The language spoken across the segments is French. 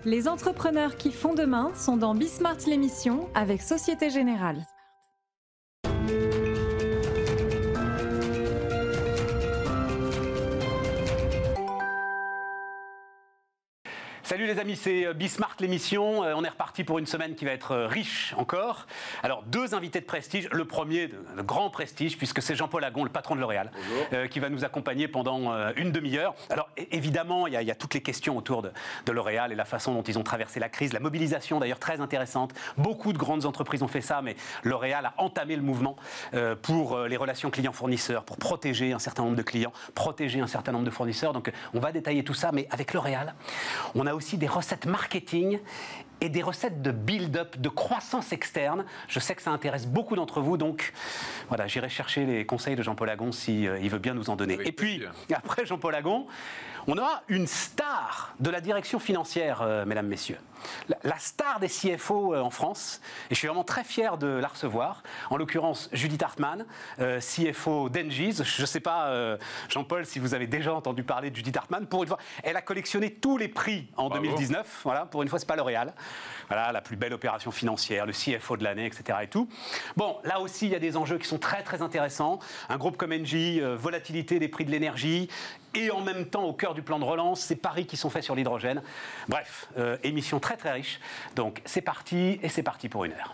Les entrepreneurs qui font demain sont dans Bismart l'émission avec Société Générale. Salut les amis, c'est Bismart l'émission. On est reparti pour une semaine qui va être riche encore. Alors, deux invités de prestige. Le premier, de grand prestige, puisque c'est Jean-Paul Agon, le patron de L'Oréal, qui va nous accompagner pendant une demi-heure. Alors, évidemment, il y a toutes les questions autour de L'Oréal et la façon dont ils ont traversé la crise. La mobilisation, d'ailleurs, très intéressante. Beaucoup de grandes entreprises ont fait ça, mais L'Oréal a entamé le mouvement pour les relations clients-fournisseurs, pour protéger un certain nombre de clients, protéger un certain nombre de fournisseurs. Donc, on va détailler tout ça, mais avec L'Oréal, on a aussi des recettes marketing et des recettes de build-up, de croissance externe. Je sais que ça intéresse beaucoup d'entre vous, donc voilà, j'irai chercher les conseils de Jean-Paul Agon s'il veut bien nous en donner. Et puis, après Jean-Paul Agon, on aura une star de la direction financière, mesdames, messieurs. La star des CFO en France, et je suis vraiment très fier de la recevoir, en l'occurrence Judith Hartmann, CFO d'Engie. Je ne sais pas, Jean-Paul, si vous avez déjà entendu parler de Judith Hartmann. Pour une fois, elle a collectionné tous les prix en 2019. Voilà, pour une fois, ce n'est pas L'Oréal. Voilà, la plus belle opération financière, le CFO de l'année, etc. et tout. Bon, là aussi, il y a des enjeux qui sont très, très intéressants. Un groupe comme Engie, volatilité des prix de l'énergie, et en même temps, au cœur du plan de relance, ces paris qui sont faits sur l'hydrogène. Bref, émission très, très riche. Donc, c'est parti, et c'est parti pour une heure.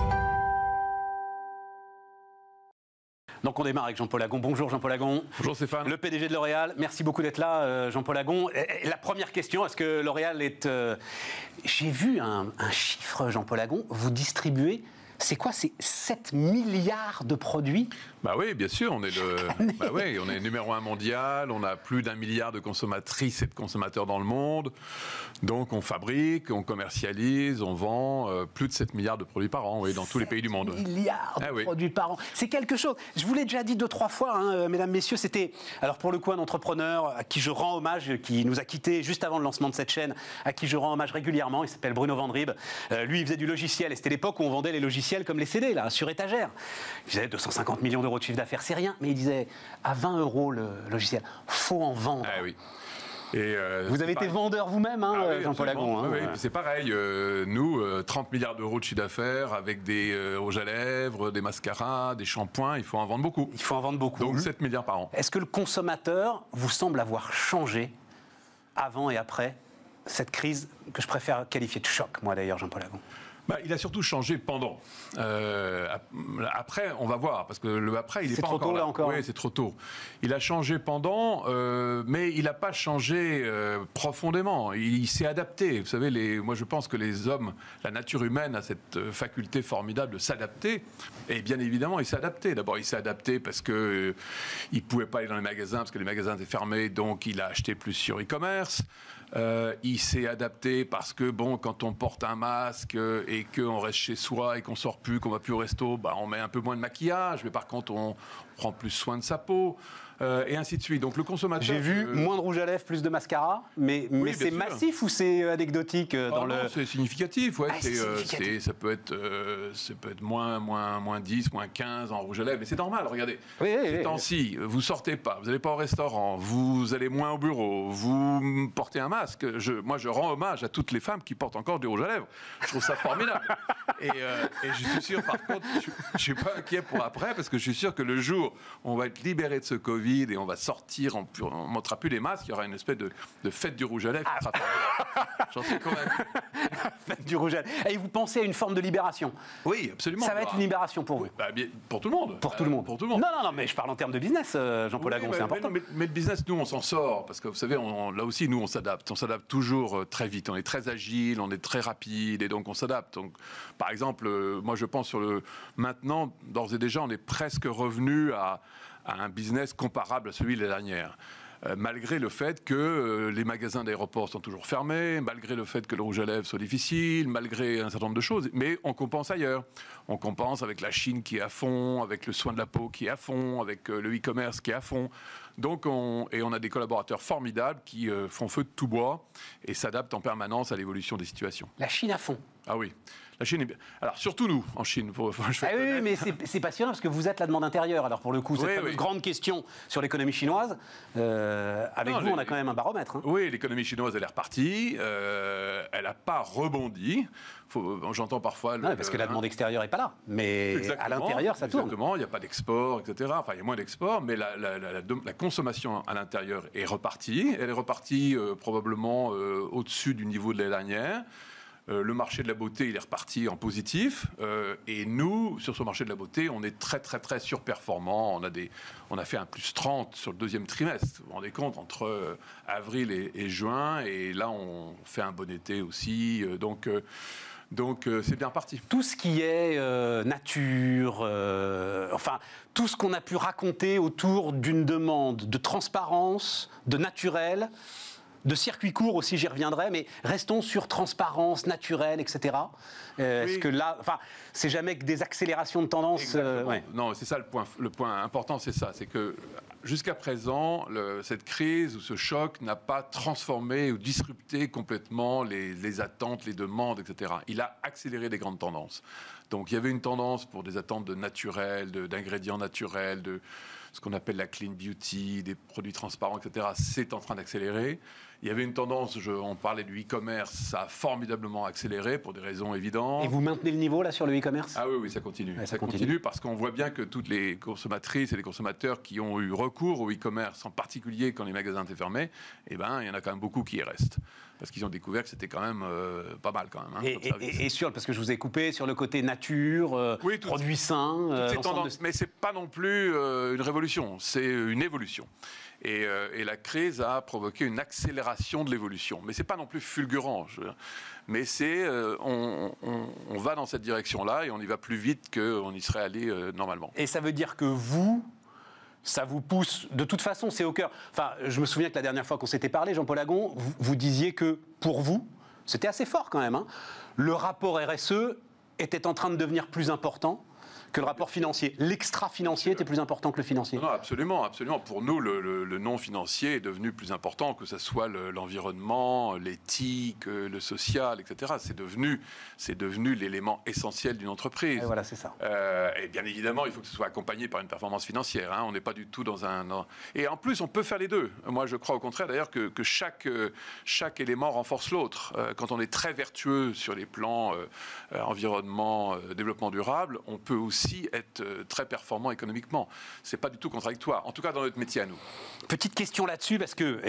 Donc on démarre avec Jean-Paul Agon. Bonjour Jean-Paul Agon. Bonjour Stéphane. Le PDG de L'Oréal. Merci beaucoup d'être là, Jean-Paul Agon. La première question, est-ce que L'Oréal est... J'ai vu un chiffre, Jean-Paul Agon, vous distribuez... C'est quoi, c'est 7 milliards de produits ? Bah oui, bien sûr, on est numéro 1 mondial, on a plus d'1 milliard de consommatrices et de consommateurs dans le monde. Donc on fabrique, on commercialise, on vend plus de 7 milliards de produits par an, oui, dans tous les pays du monde. 7 milliards de produits par an. C'est quelque chose. Je vous l'ai déjà dit 2-3 fois, hein, mesdames, messieurs, c'était, alors pour le coup, un entrepreneur à qui je rends hommage, qui nous a quittés juste avant le lancement de cette chaîne, à qui je rends hommage régulièrement, il s'appelle Bruno Vandrib. Lui, il faisait du logiciel, et c'était l'époque où on vendait les logiciels comme les CD, là, sur étagère. Il faisait 250 millions d'euros de chiffre d'affaires, c'est rien, mais il disait, à 20 € le logiciel, faut en vendre. Ah oui. Et vous avez été vendeur vous-même, hein, oui, Jean-Paul Agon. Hein, oui, c'est pareil. Nous, 30 milliards d'euros de chiffre d'affaires avec des rouges à lèvres, des mascaras, des shampoings, il faut en vendre beaucoup. Il faut en vendre beaucoup. Donc 7 milliards par an. Est-ce que le consommateur vous semble avoir changé avant et après cette crise que je préfère qualifier de choc, moi d'ailleurs, Jean-Paul Agon? Il a surtout changé pendant. Après, on va voir, parce que le après, il n'est pas encore là. Oui, c'est trop tôt. Il a changé pendant, mais il n'a pas changé profondément. Il s'est adapté. Vous savez, moi je pense que les hommes, la nature humaine a cette faculté formidable de s'adapter. Et bien évidemment, il s'est adapté. D'abord, il s'est adapté parce qu'il ne pouvait pas aller dans les magasins, parce que les magasins étaient fermés, donc il a acheté plus sur e-commerce. Il s'est adapté parce que, quand on porte un masque et qu'on reste chez soi et qu'on sort plus, qu'on va plus au resto, on met un peu moins de maquillage, mais par contre, on prend plus soin de sa peau. Et ainsi de suite. Donc le consommateur... J'ai vu moins de rouge à lèvres, plus de mascara, mais c'est massif ou c'est anecdotique dans le... Non, c'est significatif, ouais. Ça peut être moins 10, moins 15 en rouge à lèvres, mais c'est normal, regardez. Ces temps-ci, vous sortez pas, vous n'allez pas au restaurant, vous allez moins au bureau, vous portez un masque. Moi, je rends hommage à toutes les femmes qui portent encore du rouge à lèvres. Je trouve ça formidable. Et je suis sûr, par contre, je suis pas inquiet pour après, parce que je suis sûr que le jour où on va être libéré de ce Covid et on va sortir, on ne montrera plus les masques, il y aura une espèce de fête du rouge à lèvres. J'en suis convaincu. Fête du rouge à lèvres. Et vous pensez à une forme de libération? Oui, absolument. Ça va être une libération pour vous? Pour tout le monde. Pour tout le monde. Non, mais je parle en termes de business, Jean-Paul Agon, c'est important. Mais le business, nous, on s'en sort, parce que vous savez, là aussi, nous, on s'adapte. On s'adapte toujours très vite. On est très agile, on est très rapide, et donc on s'adapte. Donc, par exemple, moi, je pense maintenant, d'ores et déjà, on est presque revenu à un business comparable à celui de l'année dernière. Malgré le fait que les magasins d'aéroports sont toujours fermés, malgré le fait que le rouge à lèvres soit difficile, malgré un certain nombre de choses, mais on compense ailleurs. On compense avec la Chine qui est à fond, avec le soin de la peau qui est à fond, avec le e-commerce qui est à fond. Donc on a des collaborateurs formidables qui font feu de tout bois et s'adaptent en permanence à l'évolution des situations. La Chine à fond. Ah oui. La Chine est bien. Alors, surtout nous, en Chine. Oui, mais c'est passionnant parce que vous êtes la demande intérieure. Alors, pour le coup, cette grande question sur l'économie chinoise, on a quand même un baromètre. Hein. Oui, l'économie chinoise, elle est repartie. Elle n'a pas rebondi. J'entends parfois... parce que la demande extérieure n'est pas là, mais à l'intérieur, ça tourne. Exactement, il n'y a pas d'export, etc. Enfin, il y a moins d'export, mais la consommation à l'intérieur est repartie. Elle est repartie probablement au-dessus du niveau de l'année dernière. Le marché de la beauté, il est reparti en positif. Et nous, sur ce marché de la beauté, on est très, très, très surperformant. On a fait un plus 30 sur le deuxième trimestre. Vous vous rendez compte, entre avril et juin. Et là, on fait un bon été aussi. Donc, c'est bien parti. Tout ce qui est nature, enfin, tout ce qu'on a pu raconter autour d'une demande de transparence, de naturel, de circuit court aussi, j'y reviendrai, mais restons sur transparence, naturel, etc. Est-ce que là, enfin, c'est jamais que des accélérations de tendance. Non, c'est ça le point important, c'est ça, c'est que jusqu'à présent, cette crise ou ce choc n'a pas transformé ou disrupté complètement les attentes, les demandes, etc. Il a accéléré des grandes tendances. Donc il y avait une tendance pour des attentes de naturel, d'ingrédients naturels, de ce qu'on appelle la clean beauty, des produits transparents, etc. C'est en train d'accélérer. Il y avait une tendance, on parlait du e-commerce, ça a formidablement accéléré pour des raisons évidentes. Et vous maintenez le niveau là sur le e-commerce ? Ah oui, ça continue. Ouais, ça continue parce qu'on voit bien que toutes les consommatrices et les consommateurs qui ont eu recours au e-commerce, en particulier quand les magasins étaient fermés, il y en a quand même beaucoup qui y restent. Parce qu'ils ont découvert que c'était quand même pas mal quand même. Et parce que je vous ai coupé sur le côté nature, produits sains. Toutes ces tendances, mais c'est pas non plus une révolution, c'est une évolution. Et la crise a provoqué une accélération de l'évolution. Mais c'est pas non plus fulgurant. Mais on va dans cette direction-là et on y va plus vite qu'on y serait allé normalement. Et ça veut dire que ça vous pousse, de toute façon, c'est au cœur. Enfin, je me souviens que la dernière fois qu'on s'était parlé, Jean-Paul Agon, vous disiez que pour vous, c'était assez fort quand même, hein, le rapport RSE était en train de devenir plus important que le rapport financier. L'extra-financier était plus important que le financier. Non, absolument, absolument. Pour nous, le non-financier est devenu plus important, que ce soit l'environnement, l'éthique, le social, etc. C'est devenu l'élément essentiel d'une entreprise. Et voilà, c'est ça. Et bien évidemment, il faut que ce soit accompagné par une performance financière. Hein. On n'est pas du tout dans un... Et en plus, on peut faire les deux. Moi, je crois au contraire, d'ailleurs, que chaque élément renforce l'autre. Quand on est très vertueux sur les plans environnement, développement durable, on peut aussi être très performant économiquement. C'est pas du tout contradictoire, en tout cas dans notre métier à nous. Petite question là-dessus, parce que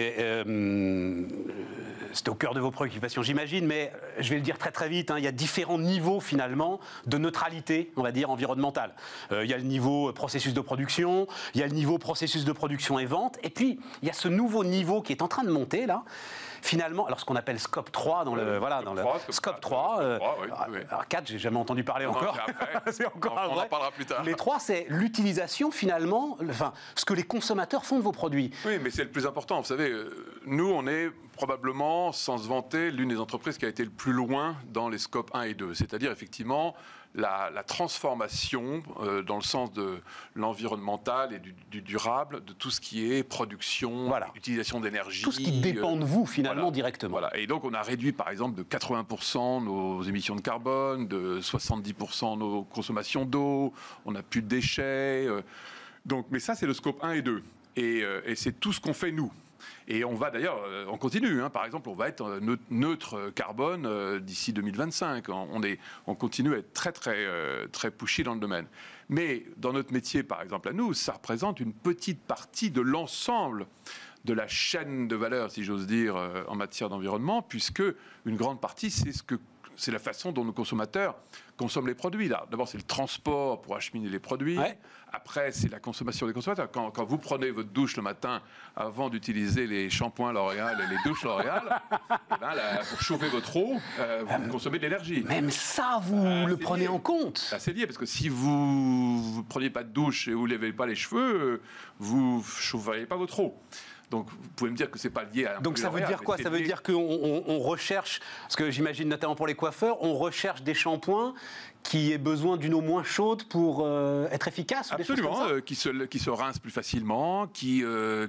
c'était au cœur de vos préoccupations, j'imagine, mais je vais le dire très très vite, hein, il y a différents niveaux finalement de neutralité, on va dire, environnementale. Il y a le niveau processus de production, il y a le niveau processus de production et vente, et puis il y a ce nouveau niveau qui est en train de monter là. Finalement, alors ce qu'on appelle Scope 3 dans le Scope 3, alors 4, j'ai jamais entendu parler encore. C'est encore un vrai. On en parlera plus tard. Les 3, c'est l'utilisation finalement, ce que les consommateurs font de vos produits. Oui, mais c'est le plus important. Vous savez, nous, on est probablement, sans se vanter, l'une des entreprises qui a été le plus loin dans les Scopes 1 et 2. C'est-à-dire, effectivement, la transformation dans le sens de l'environnemental et du durable, de tout ce qui est production, utilisation d'énergie. Tout ce qui dépend de vous, finalement, directement. Voilà. Et donc, on a réduit, par exemple, de 80% nos émissions de carbone, de 70% nos consommations d'eau, on n'a plus de déchets. Mais ça, c'est le scope 1 et 2. Et c'est tout ce qu'on fait, nous. Et on va d'ailleurs, on continue. Par exemple, on va être neutre carbone d'ici 2025. On continue à être très, très, très pushy dans le domaine. Mais dans notre métier, par exemple, à nous, ça représente une petite partie de l'ensemble de la chaîne de valeur, si j'ose dire, en matière d'environnement, puisque une grande partie, c'est la façon dont nos consommateurs consomment les produits. D'abord, c'est le transport pour acheminer les produits. Ouais. Après, c'est la consommation des consommateurs. Quand vous prenez votre douche le matin, avant d'utiliser les shampoings L'Oréal et les douches L'Oréal, pour chauffer votre eau, vous consommez de l'énergie. Même ça, vous le prenez en compte. C'est lié, parce que si vous ne preniez pas de douche et vous ne lavez pas les cheveux, vous ne chaufferiez pas votre eau. Donc, vous pouvez me dire que c'est pas lié à... Donc, ça veut dire quoi ? Ça veut dire qu'on recherche, parce que j'imagine notamment pour les coiffeurs, on recherche des shampoings qui aient besoin d'une eau moins chaude pour être efficaces. Absolument, qui se rincent plus facilement, qui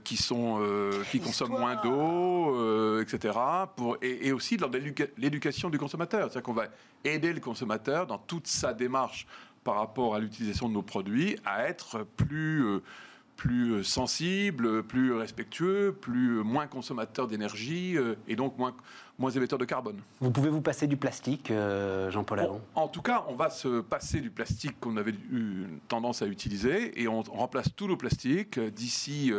consomment moins d'eau, etc. Et aussi dans l'éducation du consommateur. C'est-à-dire qu'on va aider le consommateur dans toute sa démarche par rapport à l'utilisation de nos produits à être plus plus sensible, plus respectueux, moins consommateur d'énergie et donc moins émetteur de carbone. Vous pouvez vous passer du plastique, Jean-Paul Agon? En tout cas, on va se passer du plastique qu'on avait eu tendance à utiliser et on remplace tous nos plastiques. D'ici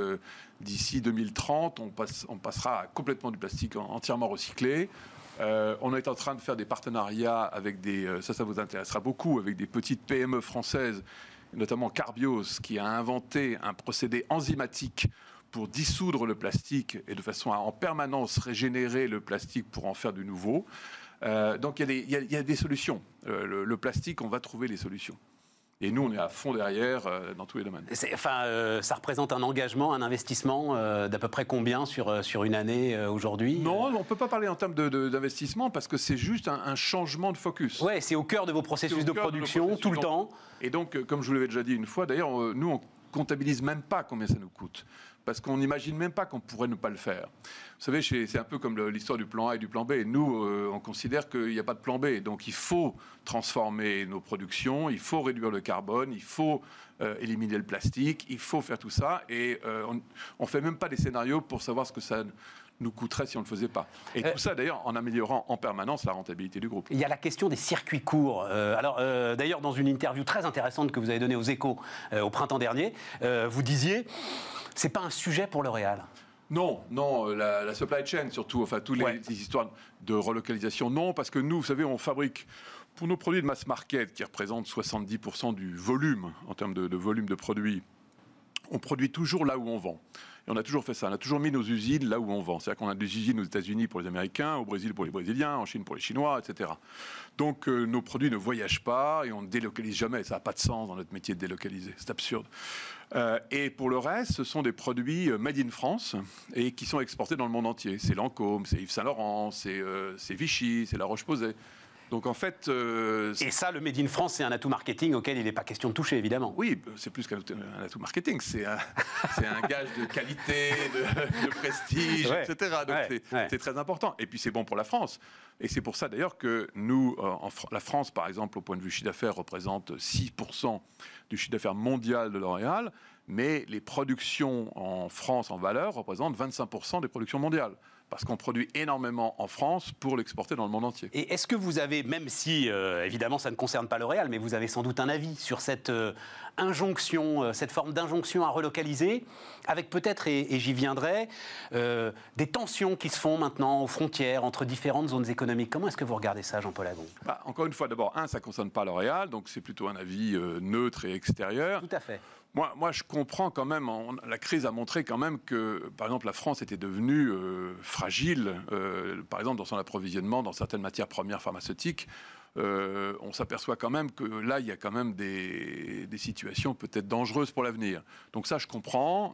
2030, on passera complètement du plastique entièrement recyclé. On est en train de faire des partenariats avec ça vous intéressera beaucoup, avec des petites PME françaises, notamment Carbios, qui a inventé un procédé enzymatique pour dissoudre le plastique et de façon à en permanence régénérer le plastique pour en faire du nouveau. Donc il y a des solutions. Le plastique, on va trouver les solutions. Et nous, on est à fond derrière dans tous les domaines. Ça représente un engagement, un investissement d'à peu près combien sur une année aujourd'hui? Non, on ne peut pas parler en termes d'investissement parce que c'est juste un changement de focus. Oui, c'est au cœur de vos processus de production, tout le temps. Et donc, comme je vous l'avais déjà dit une fois, d'ailleurs, nous, on ne comptabilise même pas combien ça nous coûte. Parce qu'on n'imagine même pas qu'on pourrait ne pas le faire. Vous savez, c'est un peu comme l'histoire du plan A et du plan B. Nous, on considère qu'il n'y a pas de plan B. Donc, il faut transformer nos productions, il faut réduire le carbone, il faut éliminer le plastique, il faut faire tout ça. Et on ne fait même pas des scénarios pour savoir ce que ça nous coûterait si on ne le faisait pas. Et tout ça, d'ailleurs, en améliorant en permanence la rentabilité du groupe. Il y a la question des circuits courts. D'ailleurs, dans une interview très intéressante que vous avez donnée aux Échos au printemps dernier, vous disiez... C'est pas un sujet pour L'Oréal? Non, la supply chain surtout, enfin toutes les histoires de relocalisation, non, parce que nous, vous savez, on fabrique pour nos produits de mass market qui représentent 70% du volume en termes de volume de produits. On produit toujours là où on vend. Et on a toujours fait ça. On a toujours mis nos usines là où on vend. C'est-à-dire qu'on a des usines aux États-Unis pour les Américains, au Brésil pour les Brésiliens, en Chine pour les Chinois, etc. Donc nos produits ne voyagent pas et on ne délocalise jamais. Ça n'a pas de sens dans notre métier de délocaliser. C'est absurde. Et pour le reste, ce sont des produits made in France et qui sont exportés dans le monde entier. C'est Lancôme, c'est Yves Saint Laurent, c'est Vichy, c'est La Roche-Posay. Donc en fait... Et ça, le Made in France, c'est un atout marketing auquel il n'est pas question de toucher, évidemment. Oui, c'est plus qu'un atout marketing. C'est un gage de qualité, de prestige, etc. Donc c'est très important. Et puis c'est bon pour la France. Et c'est pour ça d'ailleurs que nous, la France, par exemple, au point de vue chiffre d'affaires, représente 6% du chiffre d'affaires mondial de L'Oréal. Mais les productions en France, en valeur, représentent 25% des productions mondiales. Parce qu'on produit énormément en France pour l'exporter dans le monde entier. Et est-ce que vous avez, même si évidemment ça ne concerne pas L'Oréal, mais vous avez sans doute un avis sur cette injonction, cette forme d'injonction à relocaliser, avec peut-être, et j'y viendrai, des tensions qui se font maintenant aux frontières entre différentes zones économiques. Comment est-ce que vous regardez ça, Jean-Paul Agon? Encore une fois, d'abord, ça ne concerne pas L'Oréal, donc c'est plutôt un avis neutre et extérieur. Tout à fait. Moi, je comprends quand même, la crise a montré quand même que, par exemple, la France était devenue fragile, par exemple, dans son approvisionnement dans certaines matières premières pharmaceutiques. On s'aperçoit quand même que là, il y a quand même des situations peut-être dangereuses pour l'avenir. Donc ça, je comprends.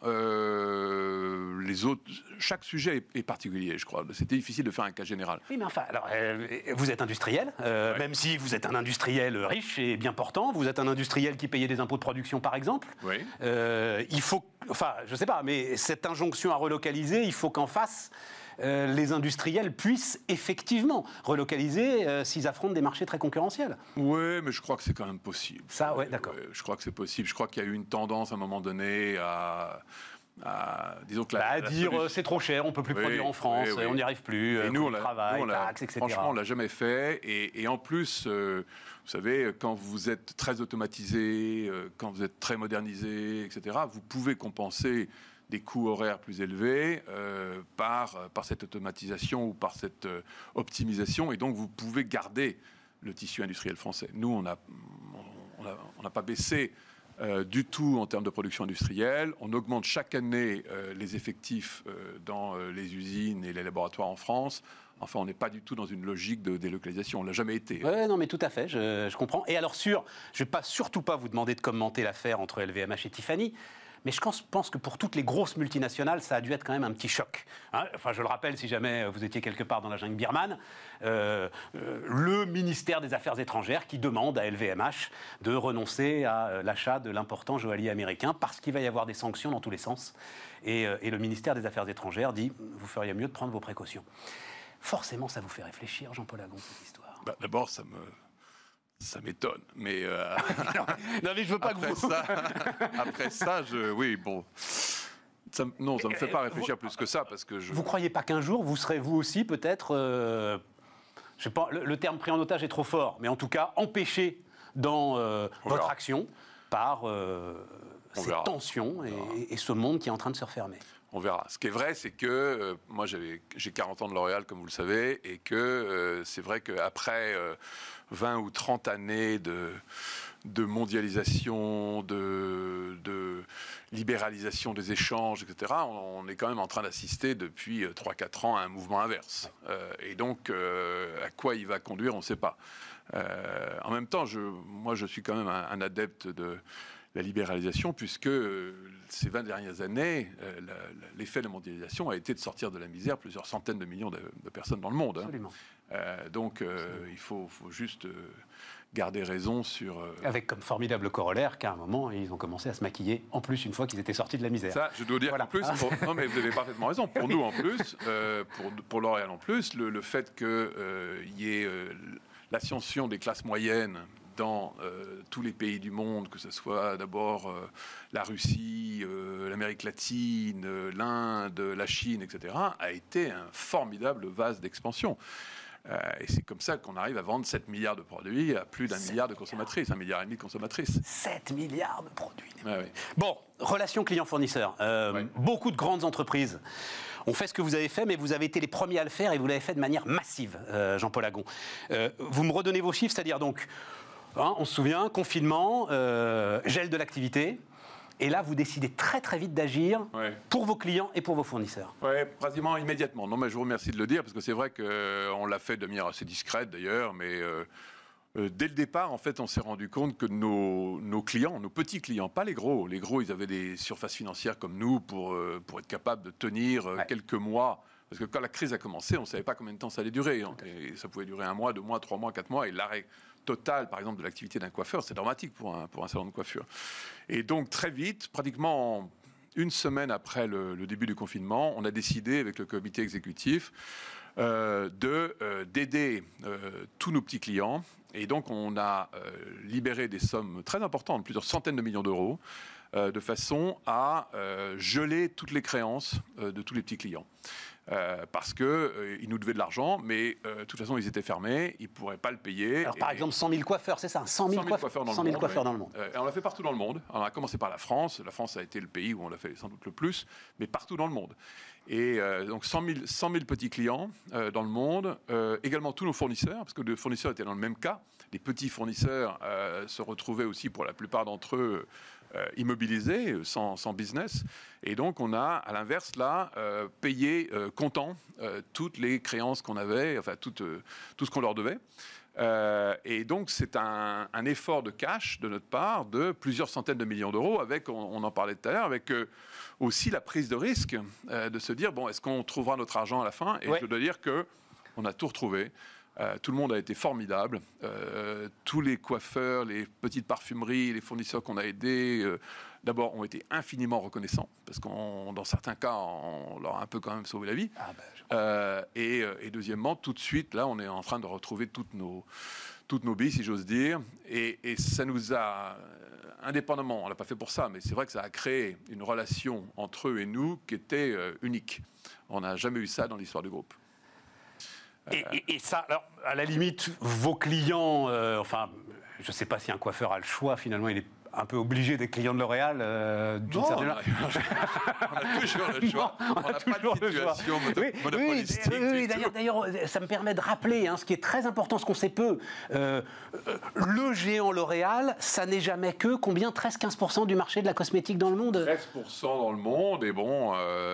Les autres, chaque sujet est particulier, je crois. C'était difficile de faire un cas général. Oui, mais enfin, alors, vous êtes industriel, même si vous êtes un industriel riche et bien portant. Vous êtes un industriel qui payait des impôts de production, par exemple. Oui. Il faut, enfin, je sais pas, mais cette injonction à relocaliser, il faut qu'en face... les industriels puissent effectivement relocaliser s'ils affrontent des marchés très concurrentiels. Oui, mais je crois que c'est quand même possible. Ça, ouais, d'accord. Je crois que c'est possible. Je crois qu'il y a eu une tendance à un moment donné à disons que dire c'est trop cher, on ne peut plus produire en France, on n'y arrive plus, et nous, taxes, etc. Franchement, on ne l'a jamais fait. Et en plus, vous savez, quand vous êtes très automatisé, quand vous êtes très modernisé, etc., vous pouvez compenser des coûts horaires plus élevés par cette automatisation ou par cette optimisation. Et donc, vous pouvez garder le tissu industriel français. Nous, on n'a pas baissé du tout en termes de production industrielle. On augmente chaque année les effectifs dans les usines et les laboratoires en France. Enfin, on n'est pas du tout dans une logique de délocalisation. On ne l'a jamais été. Oui, non, mais tout à fait, je comprends. Et alors, je ne vais surtout pas vous demander de commenter l'affaire entre LVMH et Tiffany, mais je pense que pour toutes les grosses multinationales, ça a dû être quand même un petit choc. Enfin, je le rappelle, si jamais vous étiez quelque part dans la jungle birmane, le ministère des Affaires étrangères qui demande à LVMH de renoncer à l'achat de l'important joaillier américain parce qu'il va y avoir des sanctions dans tous les sens. Et le ministère des Affaires étrangères dit « vous feriez mieux de prendre vos précautions ». Forcément, ça vous fait réfléchir, Jean-Paul Agon, cette histoire. D'abord, Ça m'étonne, mais non, mais je veux pas que vous... Après ça, oui, bon... ça me fait pas réfléchir plus que ça, parce que Vous croyez pas qu'un jour, vous serez vous aussi peut-être... je sais pas, le terme pris en otage est trop fort, mais en tout cas, empêché dans votre action par ces tensions et ce monde qui est en train de se refermer. On verra. Ce qui est vrai, c'est que moi, j'ai 40 ans de L'Oréal, comme vous le savez, et que c'est vrai qu'après 20 ou 30 années de mondialisation, de libéralisation des échanges, etc., on est quand même en train d'assister depuis 3-4 ans à un mouvement inverse. Et donc, à quoi il va conduire, on ne sait pas. En même temps, moi, je suis quand même un adepte de la libéralisation, puisque ces 20 dernières années, l'effet de la mondialisation a été de sortir de la misère plusieurs centaines de millions de personnes dans le monde. Absolument. Donc, il faut juste garder raison sur... Avec comme formidable corollaire qu'à un moment, ils ont commencé à se maquiller, en plus, une fois qu'ils étaient sortis de la misère. Ça, je dois dire qu'en plus... non, mais vous avez parfaitement raison. Pour nous, en plus, pour L'Oréal, en plus, le fait qu'il y ait l'ascension des classes moyennes dans tous les pays du monde, que ce soit d'abord la Russie, l'Amérique latine, l'Inde, la Chine, etc., a été un formidable vase d'expansion. Et c'est comme ça qu'on arrive à vendre 7 milliards de produits à plus d'1 milliard de consommatrices, 1,5 milliard de consommatrices. 7 milliards de produits. Ouais, ouais. Bon, relations clients-fournisseurs. Beaucoup de grandes entreprises ont fait ce que vous avez fait, mais vous avez été les premiers à le faire et vous l'avez fait de manière massive, Jean-Paul Agon. Vous me redonnez vos chiffres, c'est-à-dire donc... on se souvient, confinement, gel de l'activité. Et là, vous décidez très très vite d'agir pour vos clients et pour vos fournisseurs. Oui, pratiquement immédiatement. Non, mais je vous remercie de le dire, parce que c'est vrai qu'on l'a fait de manière assez discrète d'ailleurs, mais dès le départ, en fait, on s'est rendu compte que nos clients, nos petits clients, pas les gros, ils avaient des surfaces financières comme nous pour être capables de tenir quelques mois. Parce que quand la crise a commencé, on ne savait pas combien de temps ça allait durer. Et ça pouvait durer 1 mois, 2 mois, 3 mois, 4 mois. Et l'arrêt total, par exemple, de l'activité d'un coiffeur, c'est dramatique pour un salon de coiffure. Et donc, très vite, pratiquement une semaine après le début du confinement, on a décidé, avec le comité exécutif, d'aider tous nos petits clients. Et donc, on a libéré des sommes très importantes, plusieurs centaines de millions d'euros, de façon à geler toutes les créances de tous les petits clients. Parce qu'ils nous devaient de l'argent, mais de toute façon, ils étaient fermés, ils ne pourraient pas le payer. Alors, par exemple, 100 000 coiffeurs, c'est ça, 100 000 coiffeurs dans le monde. Et on l'a fait partout dans le monde. On a commencé par la France. La France a été le pays où on l'a fait sans doute le plus, mais partout dans le monde. Et donc 100 000 petits clients dans le monde. Également tous nos fournisseurs, parce que les fournisseurs étaient dans le même cas. Les petits fournisseurs se retrouvaient aussi, pour la plupart d'entre eux, immobilisés, sans business. Et donc, on a, à l'inverse, là, payé comptant toutes les créances qu'on avait, enfin, tout ce qu'on leur devait. Et donc, c'est un effort de cash de notre part de plusieurs centaines de millions d'euros, avec, on en parlait tout à l'heure, avec aussi la prise de risque de se dire, bon, est-ce qu'on trouvera notre argent à la fin ? Et je dois dire qu'on a tout retrouvé. Tout le monde a été formidable. Tous les coiffeurs, les petites parfumeries, les fournisseurs qu'on a aidés, d'abord, ont été infiniment reconnaissants, parce que dans certains cas, on leur a un peu quand même sauvé la vie. Et deuxièmement, tout de suite, là, on est en train de retrouver toutes nos billes, si j'ose dire. Et ça nous a, indépendamment, on ne l'a pas fait pour ça, mais c'est vrai que ça a créé une relation entre eux et nous qui était unique. On n'a jamais eu ça dans l'histoire du groupe. Et ça, alors, à la limite, vos clients, enfin, je ne sais pas si un coiffeur a le choix, finalement, il est un peu obligé d'être client de L'Oréal. Non, on a toujours le choix. On n'a pas de situation monopolistique. Oui, d'ailleurs, ça me permet de rappeler, ce qui est très important, ce qu'on sait peu. Le géant L'Oréal, ça n'est jamais que combien ? 13-15% du marché de la cosmétique dans le monde. 13% dans le monde, et bon...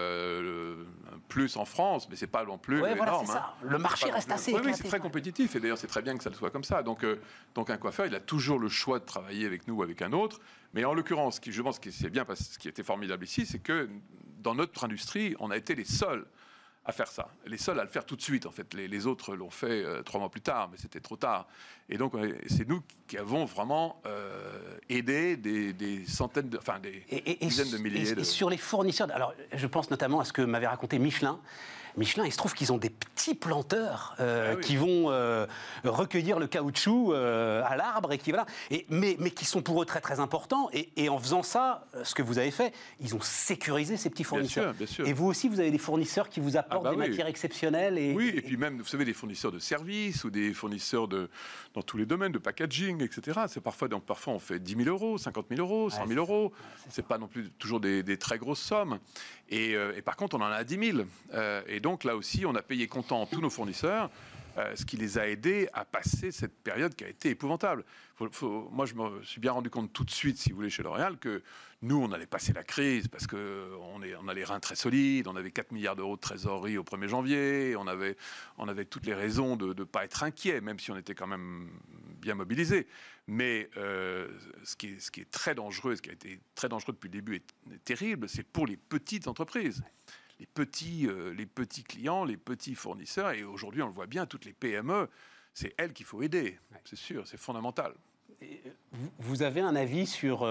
plus en France, mais c'est pas non plus énorme. Voilà, c'est ça. Le marché reste assez éclaté. Oui, c'est très compétitif, et d'ailleurs c'est très bien que ça le soit comme ça. Donc un coiffeur, il a toujours le choix de travailler avec nous ou avec un autre. Mais en l'occurrence, je pense que c'est bien, parce que ce qui était formidable ici, c'est que dans notre industrie, on a été les seuls à faire ça. Les seuls à le faire tout de suite, en fait. Les autres l'ont fait 3 mois plus tard, mais c'était trop tard. Et donc, c'est nous qui avons vraiment aidé des centaines, des dizaines de milliers Et sur les fournisseurs, alors je pense notamment à ce que m'avait raconté Michelin. Michelin, il se trouve qu'ils ont des petits petits planteurs qui vont recueillir le caoutchouc à l'arbre et qui voilà, mais qui sont pour eux très très importants. Et en faisant ça, ce que vous avez fait, ils ont sécurisé ces petits fournisseurs. Bien sûr. Et vous aussi, vous avez des fournisseurs qui vous apportent des matières exceptionnelles. Oui, et puis même, vous savez, des fournisseurs de services ou des fournisseurs dans tous les domaines, de packaging, etc. C'est parfois on fait 10 000 euros, 50 000 euros, 100 000 euros. C'est pas non plus toujours des très grosses sommes. Et par contre, on en a 10 000. Et donc là aussi, on a payé comptant tous nos fournisseurs, ce qui les a aidés à passer cette période qui a été épouvantable. Moi, je me suis bien rendu compte tout de suite, si vous voulez, chez L'Oréal, que nous, on allait passer la crise parce qu'on a les reins très solides, on avait 4 milliards d'euros de trésorerie au 1er janvier, on avait toutes les raisons de ne pas être inquiet, même si on était quand même bien mobilisés. Mais ce qui est très dangereux, ce qui a été très dangereux depuis le début et terrible, c'est pour les petites entreprises. Les petits clients, les petits fournisseurs, et aujourd'hui on le voit bien, toutes les PME, c'est elles qu'il faut aider, c'est sûr, c'est fondamental. Vous avez un avis sur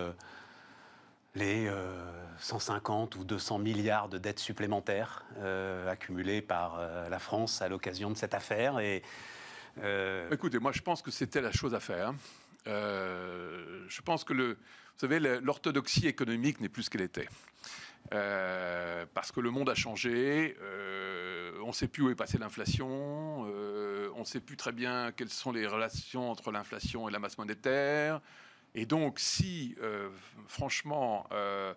les 150 ou 200 milliards de dettes supplémentaires accumulées par la France à l'occasion de cette affaire Écoutez, moi je pense que c'était la chose à faire. Je pense que vous savez, l'orthodoxie économique n'est plus ce qu'elle était. Parce que le monde a changé, on ne sait plus où est passée l'inflation, on ne sait plus très bien quelles sont les relations entre l'inflation et la masse monétaire. Et donc, si, franchement,